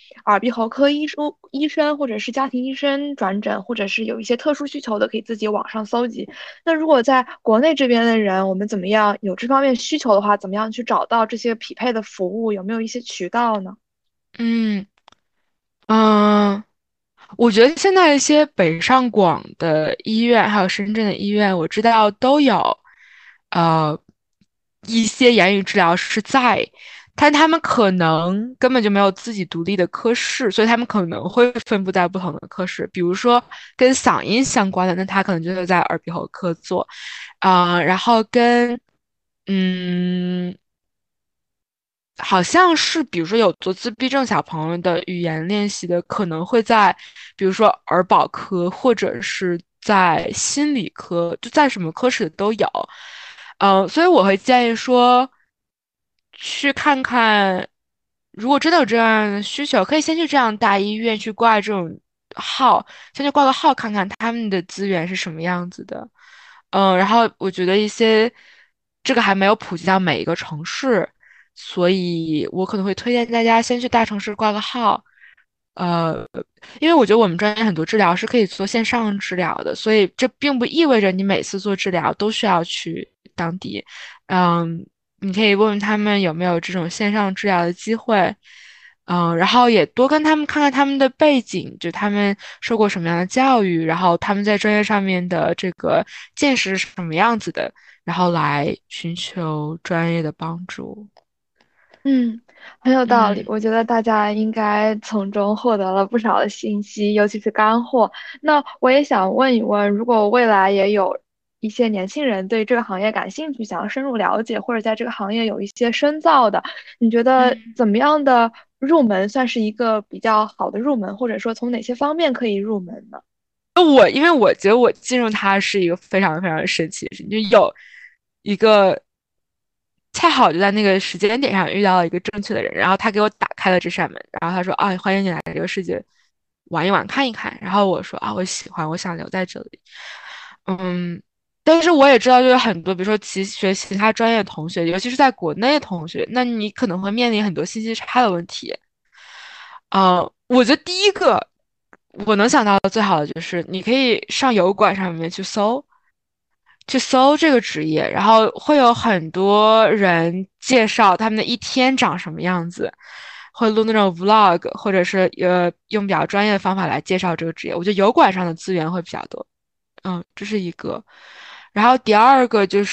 耳鼻喉科医生、医生或者是家庭医生转诊，或者是有一些特殊需求的，可以自己网上搜集。那如果在国内这边的人，我们怎么样有这方面需求的话，怎么样去找到这些匹配的服务？有没有一些渠道呢？ 嗯嗯。我觉得现在一些北上广的医院，还有深圳的医院，我知道都有，呃，一些言语治疗师在，但他们可能根本就没有自己独立的科室，所以他们可能会分布在不同的科室。比如说跟嗓音相关的，那他可能就会在耳鼻喉科做，啊、然后跟嗯。好像是，比如说有做自闭症小朋友的语言练习的，可能会在，比如说儿保科或者是在心理科，就在什么科室都有。嗯，所以我会建议说，去看看，如果真的有这样的需求，可以先去这样大医院去挂这种号，先去挂个号看看他们的资源是什么样子的。嗯，然后我觉得一些这个还没有普及到每一个城市。所以我可能会推荐大家先去大城市挂个号，呃，因为我觉得我们专业很多治疗是可以做线上治疗的，所以这并不意味着你每次做治疗都需要去当地，嗯，你可以问问他们有没有这种线上治疗的机会，嗯，然后也多跟他们看看他们的背景，就他们受过什么样的教育，然后他们在专业上面的这个见识是什么样子的，然后来寻求专业的帮助。 嗯，很有道理。 嗯我觉得大家应该从中获得了不少的信息，尤其是干货。那我也想问一问，如果未来也有一些年轻人对这个行业感兴趣，想要深入了解，或者在这个行业有一些深造的，你觉得嗯。 怎么样的入门算是一个比较好的入门，或者说从哪些方面可以入门呢？ 我因为我觉得我进入它是一个非常非常神奇的事情，就有一个恰好就在那个时间点上遇到了一个正确的人，然后他给我打开了这扇门，然后他说啊，欢迎你来这个世界玩一玩看一看，然后我说啊，我喜欢，我想留在这里，嗯。但是我也知道，就是很多，比如说其学其他专业的同学，尤其是在国内的同学，那你可能会面临很多信息差的问题。呃，我觉得第一个我能想到的最好的就是你可以上油管上面去搜，去搜这个职业，然后会有很多人介绍他们的一天长什么样子，会录那种 vlog，或者是呃用比较专业的方法来介绍这个职业。我觉得油管上的资源会比较多，嗯，这是一个。然后第二个就是，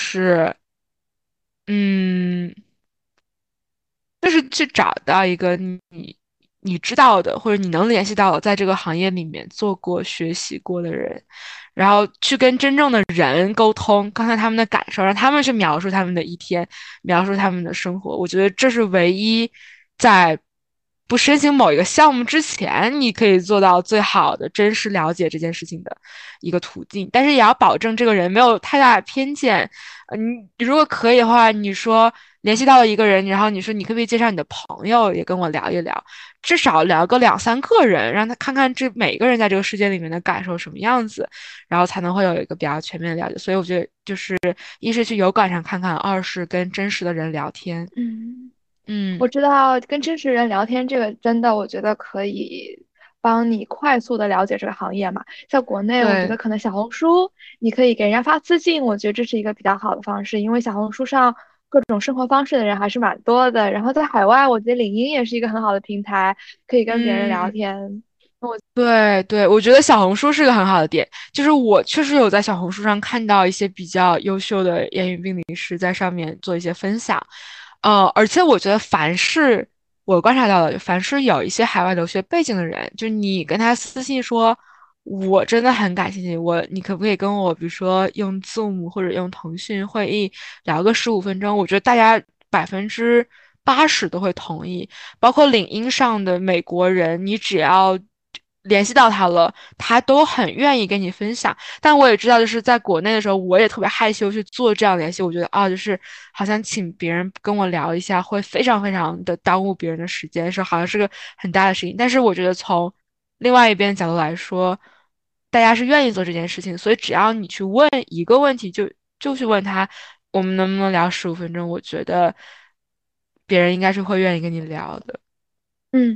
嗯。就是去找到一个你你知道的，或者你能联系到的，在这个行业里面做过、学习过的人，然后去跟真正的人沟通，看看他们的感受，让他们去描述他们的一天，描述他们的生活。我觉得这是唯一在不申请某一个项目之前，你可以做到最好的真实了解这件事情的一个途径。但是也要保证这个人没有太大的偏见。呃，你如果可以的话，你说联系到了一个人，然后你说你可不可以介绍你的朋友也跟我聊一聊，至少聊个两三个人，让他看看这每个人在这个世界里面的感受什么样子，然后才能会有一个比较全面的了解。所以我觉得就是一是去油管上看看，二是跟真实的人聊天。 嗯。 嗯， 我知道跟真实人聊天这个真的，我觉得可以帮你快速的了解这个行业嘛。在国内，我觉对， 得可能小红书你可以给人家发私信，我觉得这是一个比较好的方式，因为小红书上各种生活方式的人还是蛮多的。然后在海外，我觉得领英也是一个很好的平台，可以跟别人聊嗯。 天。 对对，我觉得小红书是个很好的点，就是我确实有在小红书上看到一些比较优秀的言语病理师在上面做一些分享，呃，而且我觉得凡是我观察到的，凡是有一些海外留学背景的人，就你跟他私信说，我真的很感兴趣，我你可不可以跟我，比如说用 Zoom 或者用腾讯会议聊个十五分钟？我觉得大家百分之八十都会同意。包括领英上的美国人，你只要联系到他了，他都很愿意跟你分享。但我也知道，就是在国内的时候，我也特别害羞去做这样联系。我觉得啊，就是好像请别人跟我聊一下，会非常非常的耽误别人的时间，是好像是个很大的事情。但是我觉得从另外一边角度来说，大家是愿意做这件事情，所以只要你去问一个问题就，就去问他，我们能不能聊十五分钟？我觉得别人应该是会愿意跟你聊的。 嗯，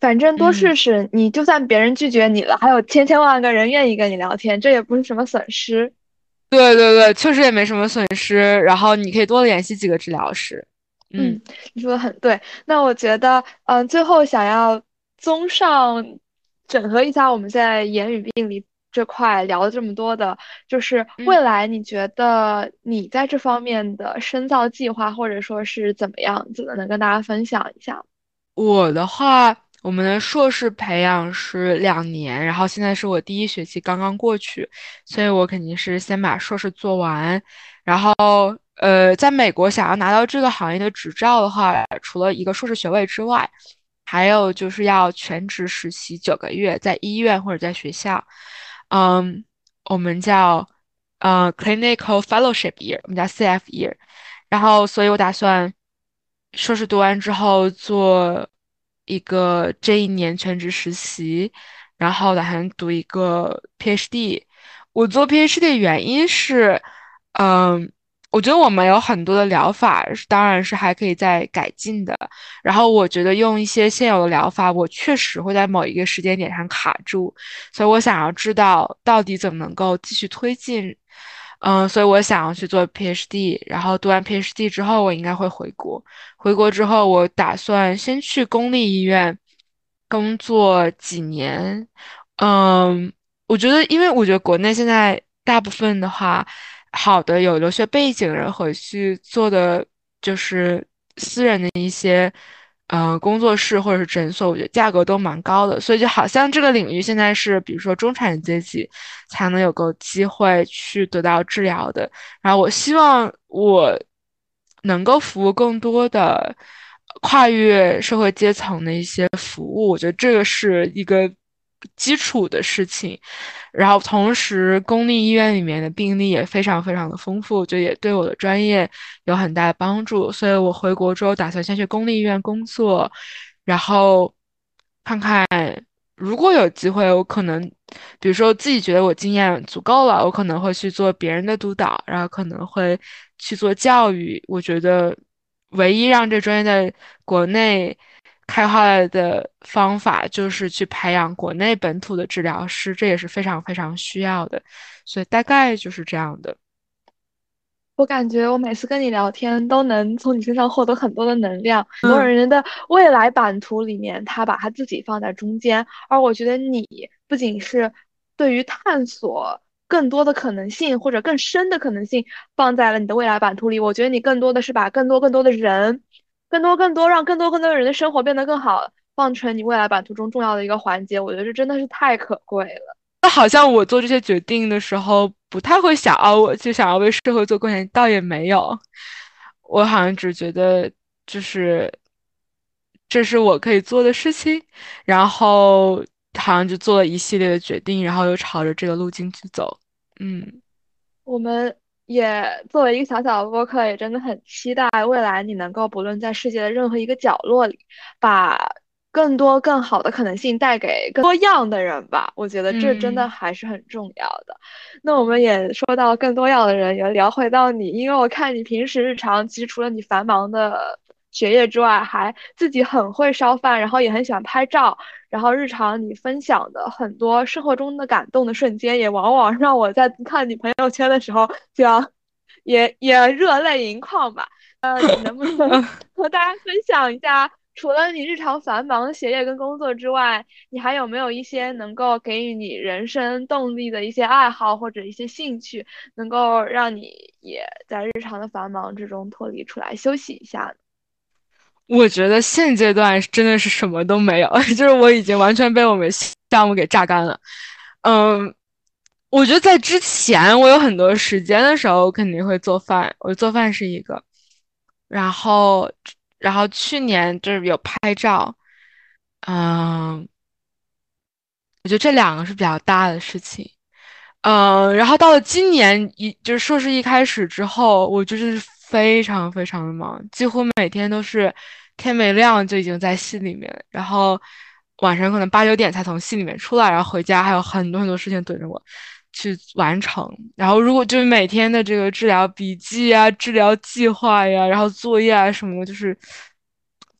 反正多嗯。 试试，你就算别人拒绝你了，还有千千万万个人愿意跟你聊天，这也不是什么损失。 对对对，确实也没什么损失，然后你可以多联系几个治疗师。嗯。 嗯，你说的很对。那我觉得，嗯，最后想要综上整合一下我们在言语病理这块聊了这么多的，就是嗯。 未来你觉得你在这方面的深造计划，或者说是怎么样子的，能跟大家分享一下吗？ 我的话，我们的硕士培养是两年，然后现在是我第一学期刚刚过去，所以我肯定是先把硕士做完，然后呃，在美国想要拿到这个行业的执照的话，除了一个硕士学位之外，还有就是要全职实习九个月，在医院或者在学校，嗯，我们叫呃 clinical fellowship year，我们叫 C F year。然后，所以我打算硕士读完之后做一个这一年全职实习，然后打算读一个 PhD。我做 PhD 的原因是，嗯，我觉得我们有很多的疗法，当然是还可以再改进的。然后我觉得用一些现有的疗法，我确实会在某一个时间点上卡住，所以我想要知道到底怎么能够继续推进。嗯，所以我想要去做 PhD，然后读完 PhD 之后，我应该会回国。回国之后，我打算先去公立医院工作几年。嗯，我觉得，因为我觉得国内现在大部分的话，好的有留学背景的人回去做的就是私人的一些。呃，工作室或者是诊所，我觉得价格都蛮高的，所以就好像这个领域现在是，比如说中产阶级才能有个机会去得到治疗的。然后我希望我能够服务更多的跨越社会阶层的一些服务，我觉得这个是一个基础的事情。然后同时，公立医院里面的病例也非常非常的丰富，就也对我的专业有很大的帮助。所以我回国之后打算先去公立医院工作，然后看看如果有机会，我可能，比如说自己觉得我经验足够了，我可能会去做别人的督导，然后可能会去做教育。我觉得唯一让这专业在国内开花了的方法，就是去培养国内本土的治疗师，这也是非常非常需要的。所以大概就是这样的。 我感觉我每次跟你聊天，都能从你身上获得很多的能量。很多嗯。 人的未来版图里面，他把他自己放在中间，而我觉得你不仅是对于探索更多的可能性或者更深的可能性放在了你的未来版图里，我觉得你更多的是把更多更多的人，更多更多让更多更多的人的生活变得更好，放成你未来版图中重要的一个环节。我觉得这真的是太可贵了。 那好像我做这些决定的时候，不太会想啊，我就想要为社会做贡献，倒也没有。我好像只觉得，就是这是我可以做的事情，然后好像就做了一系列的决定，然后又朝着这个路径去走。嗯。 我们也作为一个小小的播客，也真的很期待未来你能够不论在世界的任何一个角落里，把更多更好的可能性带给更多样的人吧。我觉得这真的嗯。 还是很重要的。那我们也说到更多样的人，也聊回到你，因为我看你平时日常其实除了你繁忙的学业之外，还自己很会烧饭，然后也很喜欢拍照。然后日常你分享的很多生活中的感动的瞬间，也往往让我在看你朋友圈的时候就要也也热泪盈眶吧。呃，你能不能和大家分享一下，除了你日常繁忙的学业跟工作之外，你还有没有一些能够给予你人生动力的一些爱好或者一些兴趣，能够让你也在日常的繁忙之中脱离出来休息一下呢？ 我觉得现阶段真的是什么都没有，就是我已经完全被我们项目给榨干了。嗯，我觉得在之前我有很多时间的时候，肯定会做饭，我做饭是一个。然后，然后去年就是有拍照。嗯，我觉得这两个是比较大的事情。嗯，然后到了今年一就是硕士一开始之后，我就是非常非常的忙，几乎每天都是天没亮就已经在戏里面，然后晚上可能八九点才从戏里面出来，然后回家还有很多很多事情等着我去完成。然后如果就是每天的这个治疗笔记啊、治疗计划呀，然后作业啊什么的，就是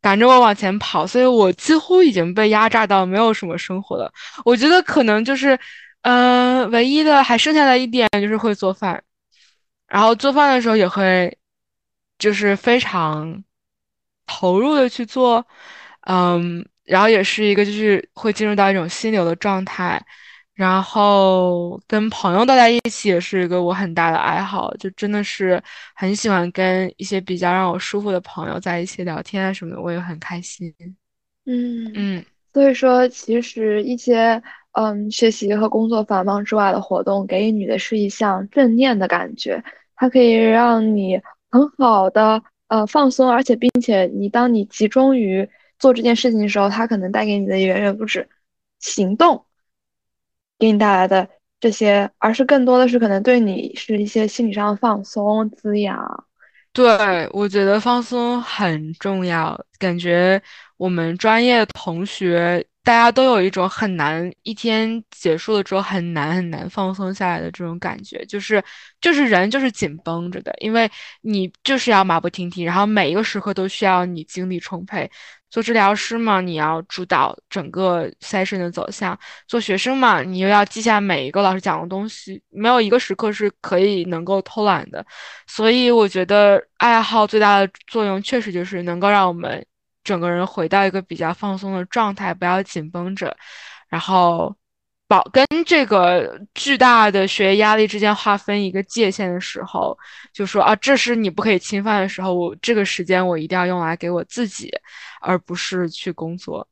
赶着我往前跑，所以我几乎已经被压榨到没有什么生活了。我觉得可能就是，嗯、唯一的还剩下的一点就是会做饭，然后做饭的时候也会，就是非常投入的去做，嗯，然后也是一个就是会进入到一种心流的状态。然后跟朋友待在一起也是一个我很大的爱好，就真的是很喜欢跟一些比较让我舒服的朋友在一起聊天啊什么的，我也很开心。 嗯， 嗯所以说其实一些嗯学习和工作繁忙之外的活动，给予你的是一项正念的感觉，它可以让你很好的呃放松，而且并且你当你集中于做这件事情的时候，它可能带给你的远远不止行动给你带来的这些，而是更多的是可能对你是一些心理上的放松、滋养。 对，我觉得放松很重要。感觉我们专业的同学，大家都有一种很难，一天结束了之后很难很难放松下来的这种感觉，就是就是人就是紧绷着的，因为你就是要马不停蹄，然后每一个时刻都需要你精力充沛。做治疗师嘛，你要主导整个 session 的走向；做学生嘛，你又要记下每一个老师讲的东西，没有一个时刻是可以能够偷懒的。所以我觉得爱好最大的作用，确实就是能够让我们整个人回到一个比较放松的状态，不要紧绷着，然后保跟这个巨大的学业压力之间划分一个界限的时候，就说啊，这是你不可以侵犯的时候，我这个时间我一定要用来给我自己，而不是去工作。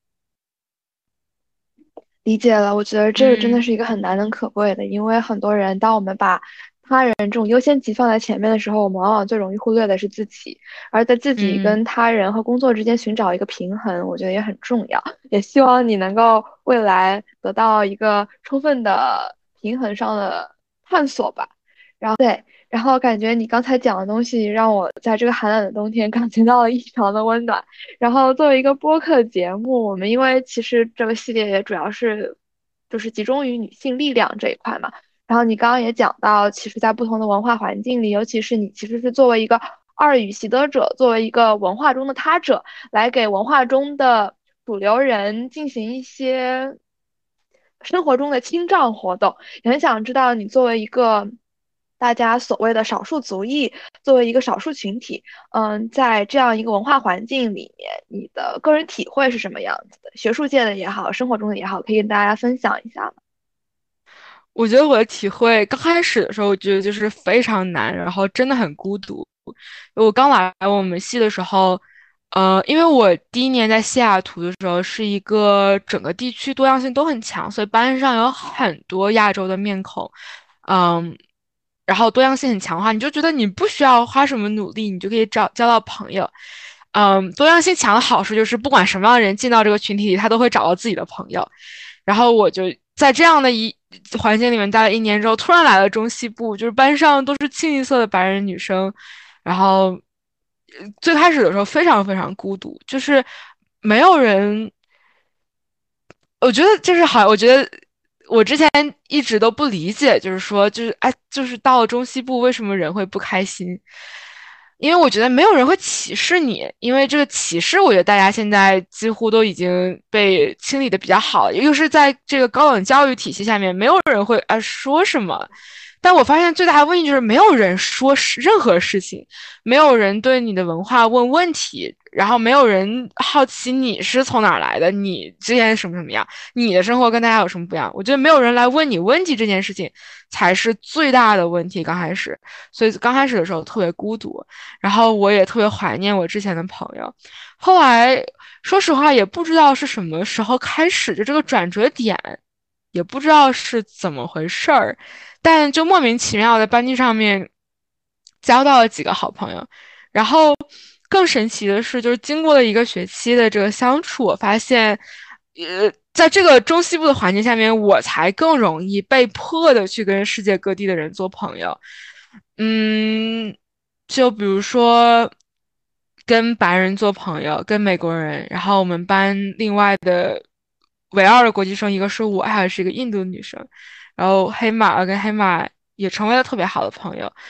理解了，我觉得这个真的嗯是一个很难能可贵的，因为很多人，当我们把他人这种优先级放在前面的时候，我们往往最容易忽略的是自己，而在自己嗯。 跟他人和工作之间寻找一个平衡，我觉得也很重要。也希望你能够未来得到一个充分的平衡上的探索吧。对，然后感觉你刚才讲的东西让我在这个寒冷的冬天感觉到了异常的温暖。然后作为一个播客节目，我们因为其实这个系列也主要是就是集中于女性力量这一块嘛。然后你刚刚也讲到，其实，在不同的文化环境里，尤其是你其实是作为一个二语习得者，作为一个文化中的他者，来给文化中的主流人进行一些生活中的清障活动。也很想知道你作为一个大家所谓的少数族裔，作为一个少数群体，嗯，在这样一个文化环境里面，你的个人体会是什么样子的？学术界的也好，生活中的也好，可以跟大家分享一下吗？ 我觉得我的体会，刚开始的时候，我觉得就是非常难，然后真的很孤独。我刚来我们系的时候，呃，因为我第一年在西雅图的时候，是一个整个地区多样性都很强，所以班上有很多亚洲的面孔，嗯，然后多样性很强的话，你就觉得你不需要花什么努力，你就可以找交到朋友。嗯，多样性强的好处就是，不管什么样的人进到这个群体里，他都会找到自己的朋友。然后我就在这样的一环境里面待了一年之后，突然来了中西部，就是班上都是清一色的白人女生，然后呃最开始的时候非常非常孤独，就是没有人，我觉得就是好，我觉得我之前一直都不理解，就是说，就是哎，就是到了中西部，为什么人会不开心？因为我觉得没有人会歧视你，因为这个歧视，我觉得大家现在几乎都已经被清理的比较好了，又是在这个高等教育体系下面，没有人会啊说什么。但我发现最大的问题就是没有人说是任何事情，没有人对你的文化问问题，然后没有人好奇你是从哪儿来的，你之前什么什么样，你的生活跟大家有什么不一样？我觉得没有人来问你问题这件事情才是最大的问题。刚开始，所以刚开始的时候特别孤独，然后我也特别怀念我之前的朋友。后来说实话也不知道是什么时候开始，就这个转折点，也不知道是怎么回事儿。但就莫名其妙在班级上面交到了几个好朋友，然后更神奇的是，就是经过了一个学期的这个相处，我发现，呃，在这个中西部的环境下面，我才更容易被迫的去跟世界各地的人做朋友。嗯，就比如说跟白人做朋友，跟美国人，然后我们班另外的唯二的国际生，一个是我，还有是一个印度女生。然后黑马跟黑马也成为了特别好的朋友。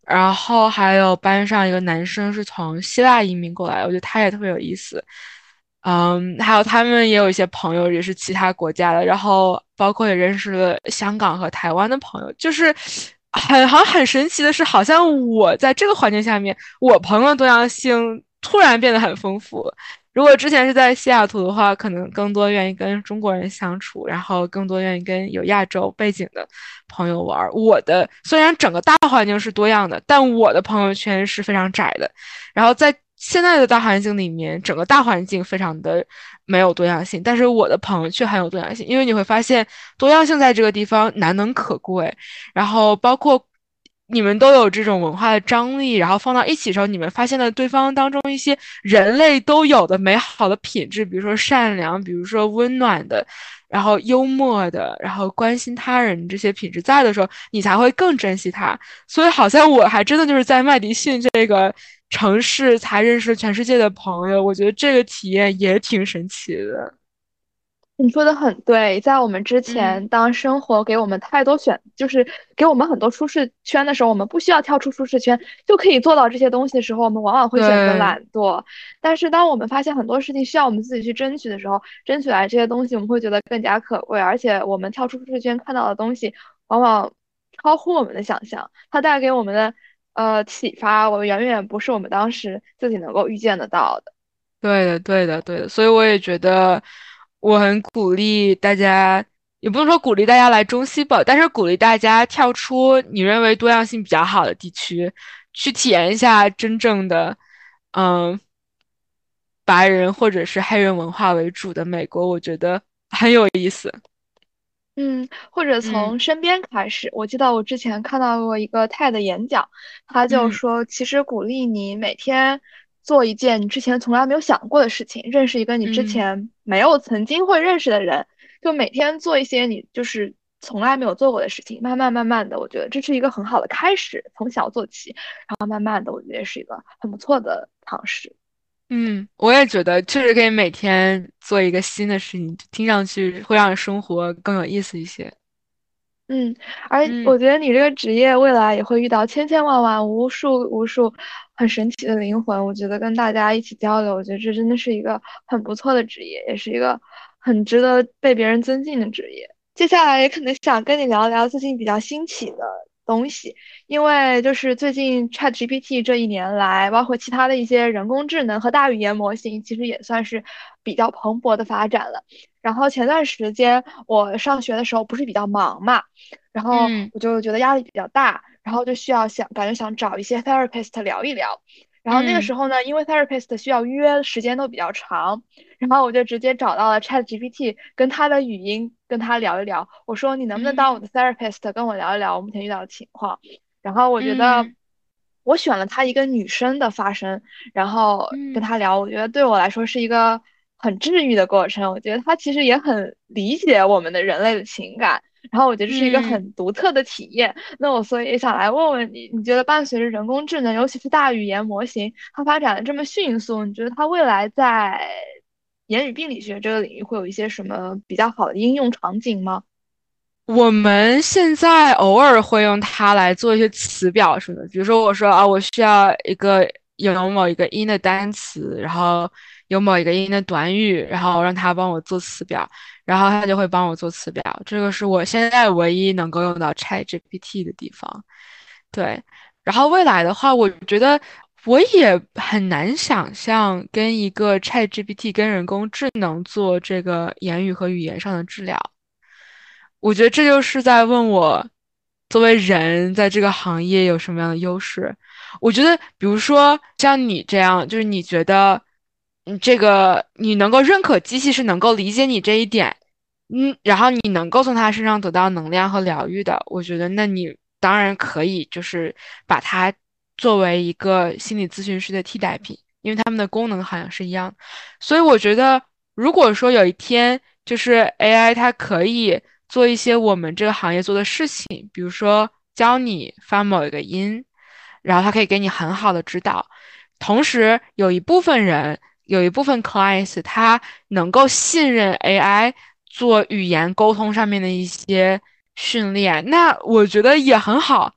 然后还有班上一个男生是从希腊移民过来，我觉得他也特别有意思。嗯，还有他们也有一些朋友也是其他国家的，然后包括也认识了香港和台湾的朋友，就是很好像很神奇的是，好像我在这个环境下面，我朋友多样性突然变得很丰富。如果之前是在西雅图的话，可能更多愿意跟中国人相处，然后更多愿意跟有亚洲背景的朋友玩。我的虽然整个大环境是多样的，但我的朋友圈是非常窄的。然后在现在的大环境里面，整个大环境非常的没有多样性，但是我的朋友却很有多样性，因为你会发现多样性在这个地方难能可贵。然后包括你们都有这种文化的张力，然后放到一起的时候，你们发现了对方当中一些人类都有的美好的品质，比如说善良，比如说温暖的，然后幽默的，然后关心他人这些品质在的时候，你才会更珍惜他。所以好像我还真的就是在麦迪逊这个城市才认识全世界的朋友，我觉得这个体验也挺神奇的。 你说的很对，在我们之嗯， 前，当生活给我们太多选，就是给我们很多舒适圈的时候，我们不需要跳出舒适圈就可以做到这些东西的时候，我们往往会选择对懒惰。但是，当我们发现很多事情需要我们自己去争取的时候，争取来这些东西，我们会觉得更加可贵，而且我们跳出舒适圈看到的东西，往往超乎我们的想象，它带给我们的呃启发，我们远远不是我们当时自己能够预见得到的。 对的，对的，对的，所以我也觉得我很鼓励大家，也不能说鼓励大家来中西吧，但是鼓励大家跳出你认为多样性比较好的地区，去体验一下真正的，嗯，白人或者是黑人文化为主的美国，我觉得很有意思。 嗯，或者嗯从身边开始。我记得我之前看到过一个 T E D 演讲，他就嗯说，其实鼓励你每天做一件你之前从来没有想过的事情，认识一个你之嗯。 前没有曾经会认识的人，就每天做一些你就是从来没有做过的事情，慢慢慢慢的，我觉得这是一个很好的开始，从小做起，然后慢慢的，我觉得是一个很不错的尝试。 嗯，我也觉得确实可以每天做一个新的事情，听上去会让生活更有意思一些。 嗯，而嗯我觉得你这个职业未来也会遇到千千万万、无数无数很神奇的灵魂。我觉得跟大家一起交流，我觉得这真的是一个很不错的职业，也是一个很值得被别人尊敬的职业。接下来也可能想跟你聊聊最近比较兴起的东西，因为就是最近 ChatGPT 这一年来，包括其他的一些人工智能和大语言模型，其实也算是比较蓬勃的发展了。然后前段时间我上学的时候不是比较忙嘛，然后嗯我就觉得压力比较大，然后就需要想感觉想找一些 therapist 聊一聊。然后那个嗯时候呢，因为 therapist 需要约时间都比较长，然后我就直接找到了 ChatGPT，跟他的语音跟他聊一聊。我说你能不能当我嗯的 therapist，跟我聊一聊我目前遇到的情况。然后我觉得嗯我选了他一个女生的发声，然后跟嗯他聊，我觉得对我来说是一个很治愈的过程。我觉得他其实也很理解我们的人类的情感，然后我觉得这是一个嗯。 很独特的体验。那我所以也想来问问你，你觉得伴随着人工智能，尤其是大语言模型，它发展的这么迅速，你觉得它未来在言语病理学这个领域会有一些什么比较好的应用场景吗？ 我们现在偶尔会用它来做一些词表什么的，比如说我说啊，我需要一个有某一个音的单词，然后有某一个音的短语，然后让它帮我做词表，然后它就会帮我做词表。这个是我现在唯一能够用到 ChatGPT 的地方。对，然后未来的话，我觉得我也很难想象跟一个 ChatGPT 跟人工智能做这个言语和语言上的治疗。我觉得这就是在问我，作为人在这个行业有什么样的优势。我觉得，比如说像你这样，就是你觉得，你这个你能够认可机器是能够理解你这一点，嗯，然后你能够从它身上得到能量和疗愈的，我觉得那你当然可以，就是把它作为一个心理咨询师的替代品，因为他们的功能好像是一样的。所以我觉得，如果说有一天，就是 A I 它可以做一些我们这个行业做的事情，比如说教你发某一个音，然后它可以给你很好的指导。同时，有一部分人，有一部分 clients，他能够信任 A I 做语言沟通上面的一些训练，那我觉得也很好。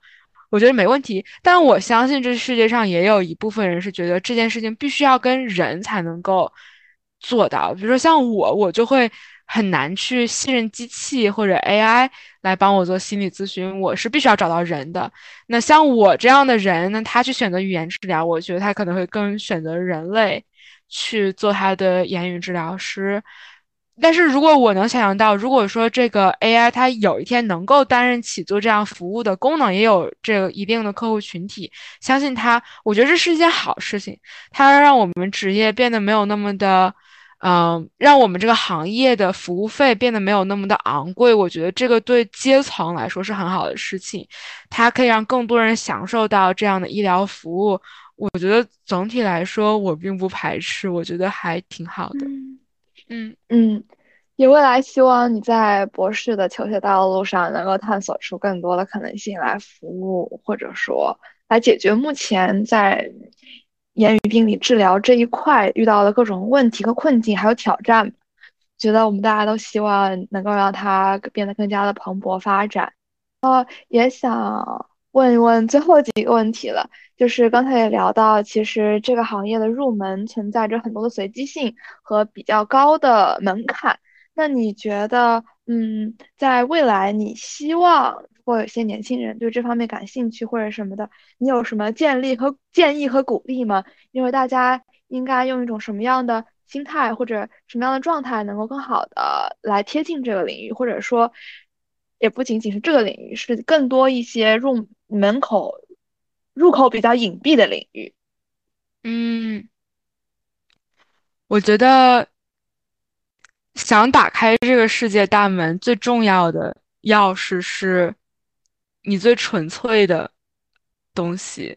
我觉得没问题。但我相信这世界上也有一部分人是觉得这件事情必须要跟人才能够做到。比如说像我，我就会很难去信任机器或者 A I 来帮我做心理咨询，我是必须要找到人的。那像我这样的人，那他去选择语言治疗，我觉得他可能会更选择人类去做他的言语治疗师。但是如果我能想象到，如果说这个 A I 它有一天能够担任起做这样服务的功能，也有这个一定的客户群体，相信它，我觉得这是一件好事情。它让我们职业变得没有那么的，嗯、让我们这个行业的服务费变得没有那么的昂贵。我觉得这个对阶层来说是很好的事情，它可以让更多人享受到这样的医疗服务。我觉得总体来说，我并不排斥，我觉得还挺好的。 嗯嗯。 嗯，也未来希望你在博士的求学道路上能够探索出更多的可能性来服务，或者说来解决目前在言语病理治疗这一块遇到的各种问题和困境，还有挑战。觉得我们大家都希望能够让它变得更加的蓬勃发展。也想问一问最后几个问题了，就是刚才也聊到，其实这个行业的入门存在着很多的随机性和比较高的门槛。那你觉得，嗯，在未来，你希望如果有些年轻人对这方面感兴趣或者什么的，你有什么建立和建议和鼓励吗？因为大家应该用一种什么样的心态或者什么样的状态，能够更好的来贴近这个领域，或者说，也不仅仅是这个领域，是更多一些入门口入口比较隐蔽的领域。 嗯，我觉得想打开这个世界大门，最重要的钥匙是你最纯粹的东西，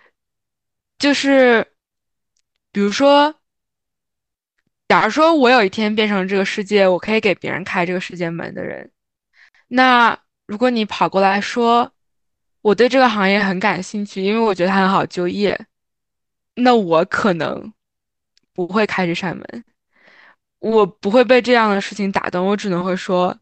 就是比如说，假如说我有一天变成这个世界，我可以给别人开这个世界门的人，那如果你跑过来说我对这个行业很感兴趣，因为我觉得它很好就业，那我可能不会开这扇门。我不会被这样的事情打动，我只能会说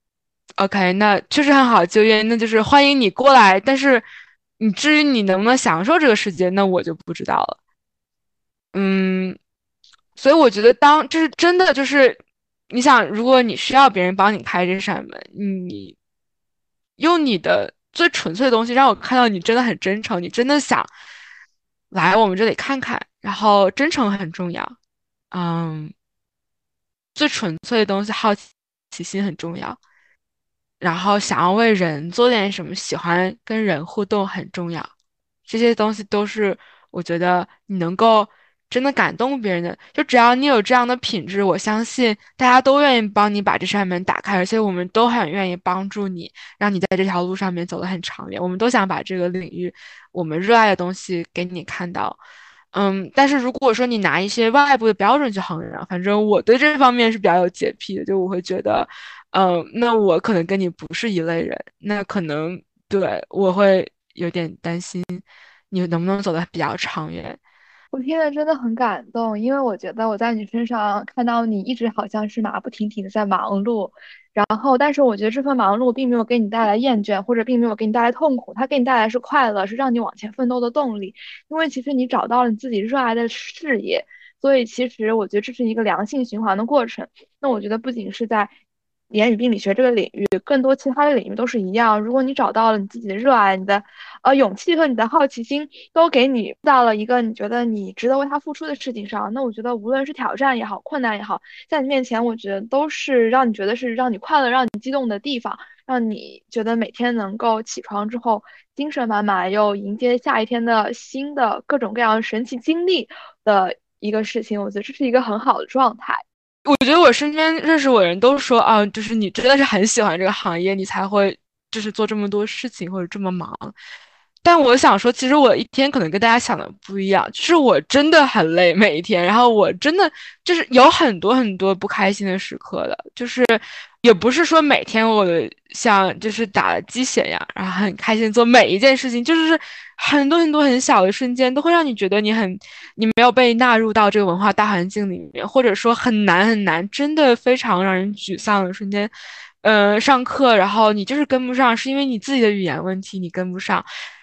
，OK，那确实很好就业，那就是欢迎你过来。但是，你至于你能不能享受这个世界，那我就不知道了。嗯，所以我觉得当这是真的，就是你想，如果你需要别人帮你开这扇门，你用你的最纯粹的东西让我看到你真的很真诚，你真的想来我们这里看看，然后真诚很重要。嗯。最纯粹的东西，好奇心很重要。然后想要为人做点什么，喜欢跟人互动很重要。这些东西都是我觉得你能够真的感动别人的。就只要你有这样的品质，我相信大家都愿意帮你把这扇门打开，而且我们都很愿意帮助你，让你在这条路上面走得很长远。我们都想把这个领域我们热爱的东西给你看到。嗯，但是如果说你拿一些外部的标准去衡量，反正我对这方面是比较有洁癖的，就我会觉得，嗯，那我可能跟你不是一类人，那可能对我会有点担心，你能不能走得比较长远。 我听了真的很感动，因为我觉得我在你身上看到你一直好像是马不停蹄的在忙碌，然后但是我觉得这份忙碌并没有给你带来厌倦，或者并没有给你带来痛苦，它给你带来是快乐，是让你往前奋斗的动力。因为其实你找到了你自己热爱的事业，所以其实我觉得这是一个良性循环的过程。那我觉得不仅是在言语病理学这个领域，更多其他的领域都是一样。如果你找到了你自己的热爱，你的呃勇气和你的好奇心都给你到了一个你觉得你值得为他付出的事情上，那我觉得无论是挑战也好，困难也好，在你面前，我觉得都是让你觉得是让你快乐、让你激动的地方，让你觉得每天能够起床之后精神满满，又迎接下一天的新的各种各样神奇经历的一个事情。我觉得这是一个很好的状态。 我觉得我身边认识我的人都说啊，就是你真的是很喜欢这个行业，你才会就是做这么多事情或者这么忙。但我想说，其实我一天可能跟大家想的不一样，就是我真的很累每一天，然后我真的就是有很多很多不开心的时刻的，就是也不是说每天我像就是打了鸡血一样，然后很开心做每一件事情，就是很多很多很小的瞬间都会让你觉得你很你没有被纳入到这个文化大环境里面，或者说很难很难，真的非常让人沮丧的瞬间。呃，上课，然后你就是跟不上，是因为你自己的语言问题，你跟不上。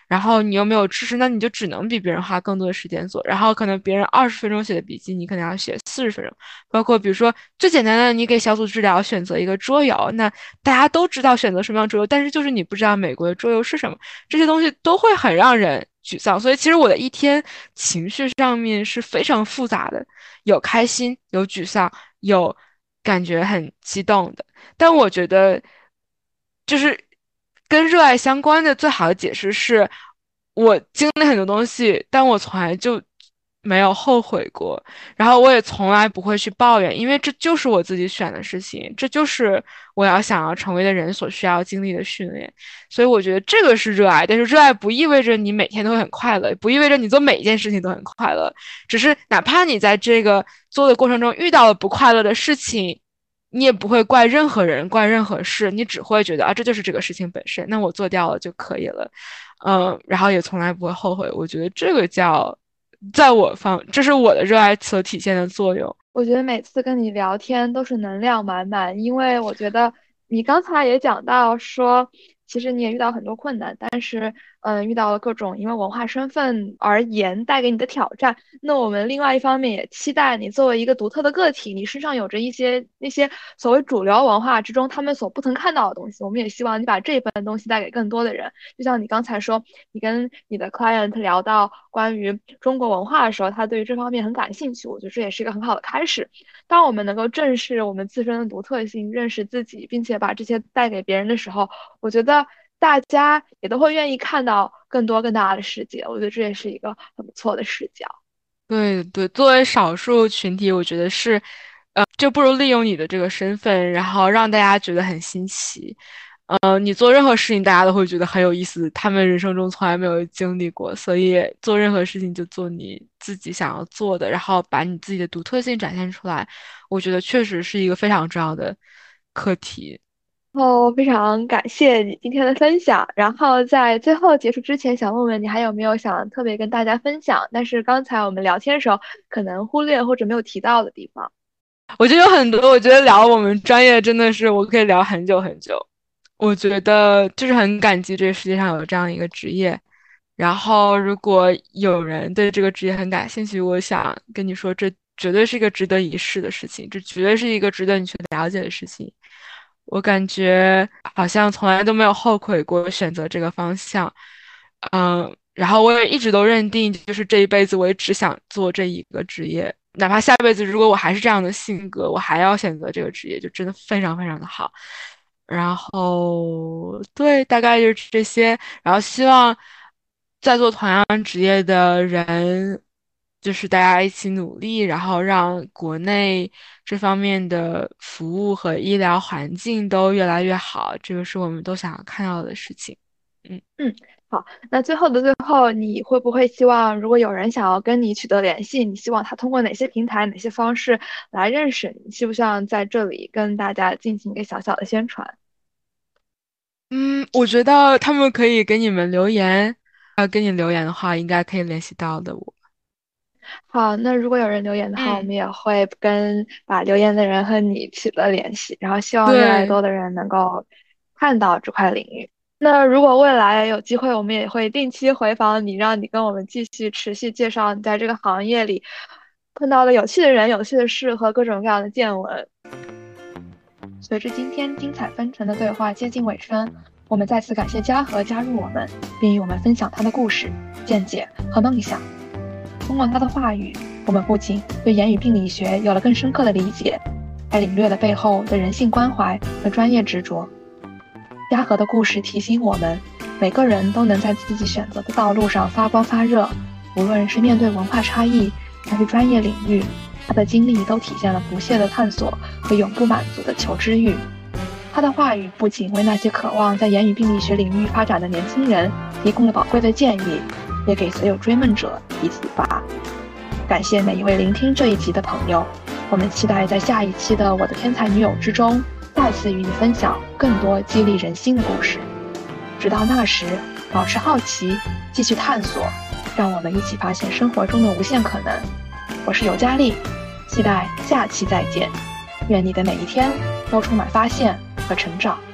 然后你又没有知识，那你就只能比别人花更多的时间做，然后可能别人二十分钟写的笔记，你可能要写四十分钟。包括比如说最简单的，你给小组治疗选择一个桌游，那大家都知道选择什么样的桌游，但是就是你不知道美国的桌游是什么，这些东西都会很让人沮丧。所以其实我的一天情绪上面是非常复杂的，有开心，有沮丧，有感觉很激动的。但我觉得，就是跟热爱相关的最好的解释是，我经历很多东西，但我从来就没有后悔过，然后我也从来不会去抱怨，因为这就是我自己选的事情，这就是我要想要成为的人所需要经历的训练。所以我觉得这个是热爱，但是热爱不意味着你每天都会很快乐，不意味着你做每一件事情都很快乐，只是哪怕你在这个做的过程中遇到了不快乐的事情，你也不会怪任何人，怪任何事，你只会觉得啊，这就是这个事情本身，那我做掉了就可以了，嗯，然后也从来不会后悔。我觉得这个叫，在我方，这是我的热爱所体现的作用。 我觉得每次跟你聊天都是能量满满，因为我觉得你刚才也讲到说，其实你也遇到很多困难，但是嗯、呃遇到了各种因为文化身份而言带给你的挑战。那我们另外一方面也期待你作为一个独特的个体，你身上有着一些那些所谓主流文化之中他们所不曾看到的东西，我们也希望你把这份东西带给更多的人。就像你刚才说，你跟你的 client 聊到关于中国文化的时候，他对于这方面很感兴趣，我觉得这也是一个很好的开始。当我们能够正视我们自身的独特性，认识自己，并且把这些带给别人的时候，我觉得大家也都会愿意看到更多更大的世界。我觉得这也是一个很不错的视角。 对对，作为少数群体，我觉得是，呃，就不如利用你的这个身份，然后让大家觉得很新奇。呃，你做任何事情，大家都会觉得很有意思，他们人生中从来没有经历过，所以做任何事情就做你自己想要做的，然后把你自己的独特性展现出来，我觉得确实是一个非常重要的课题。 哦，非常感谢你今天的分享。然后在最后结束之前，想问问你还有没有想特别跟大家分享，但是刚才我们聊天的时候可能忽略或者没有提到的地方？ 我觉得有很多，我觉得聊我们专业真的是我可以聊很久很久。我觉得就是很感激这个世界上有这样一个职业，然后如果有人对这个职业很感兴趣，我想跟你说，这绝对是一个值得一试的事情，这绝对是一个值得你去了解的事情。我感觉好像从来都没有后悔过选择这个方向，嗯，然后我也一直都认定，就是这一辈子我也只想做这一个职业，哪怕下辈子如果我还是这样的性格，我还要选择这个职业，就真的非常非常的好。然后对，大概就是这些。然后希望在做同样职业的人，就是大家一起努力，然后让国内这方面的服务和医疗环境都越来越好，这个是我们都想要看到的事情。嗯。 嗯，好，那最后的最后，你会不会希望，如果有人想要跟你取得联系，你希望他通过哪些平台、哪些方式来认识你？希不希望在这里跟大家进行一个小小的宣传？ 嗯，我觉得他们可以给你们留言，要给你留言的话，应该可以联系到的我。 好，那如果有人留言的话，我嗯， 们也会跟把留言的人和你取得联系，然后希望越来越对， 多的人能够看到这块领域。那如果未来有机会，我们也会定期回访你，让你跟我们继续持续介绍你在这个行业里碰到的有趣的人、有趣的事和各种各样的见闻。随着今天精彩纷呈的对话接近尾声，我们再次感谢嘉禾加入我们，并与我们分享他的故事、见解和梦想。通过他的话语，我们不仅对言语病理学有了更深刻的理解，还领略了背后的人性关怀和专业执着。嘉禾的故事提醒我们，每个人都能在自己选择的道路上发光发热，无论是面对文化差异，还是专业领域，他的经历都体现了不懈的探索和永不满足的求知欲。他的话语不仅为那些渴望在言语病理学领域发展的年轻人提供了宝贵的建议，也给所有追梦者以启发。感谢每一位聆听这一集的朋友，我们期待在下一期的《我的天才女友》之中，再次与你分享更多激励人心的故事。直到那时，保持好奇，继续探索，让我们一起发现生活中的无限可能。我是尤佳丽，期待下期再见。愿你的每一天都充满发现和成长。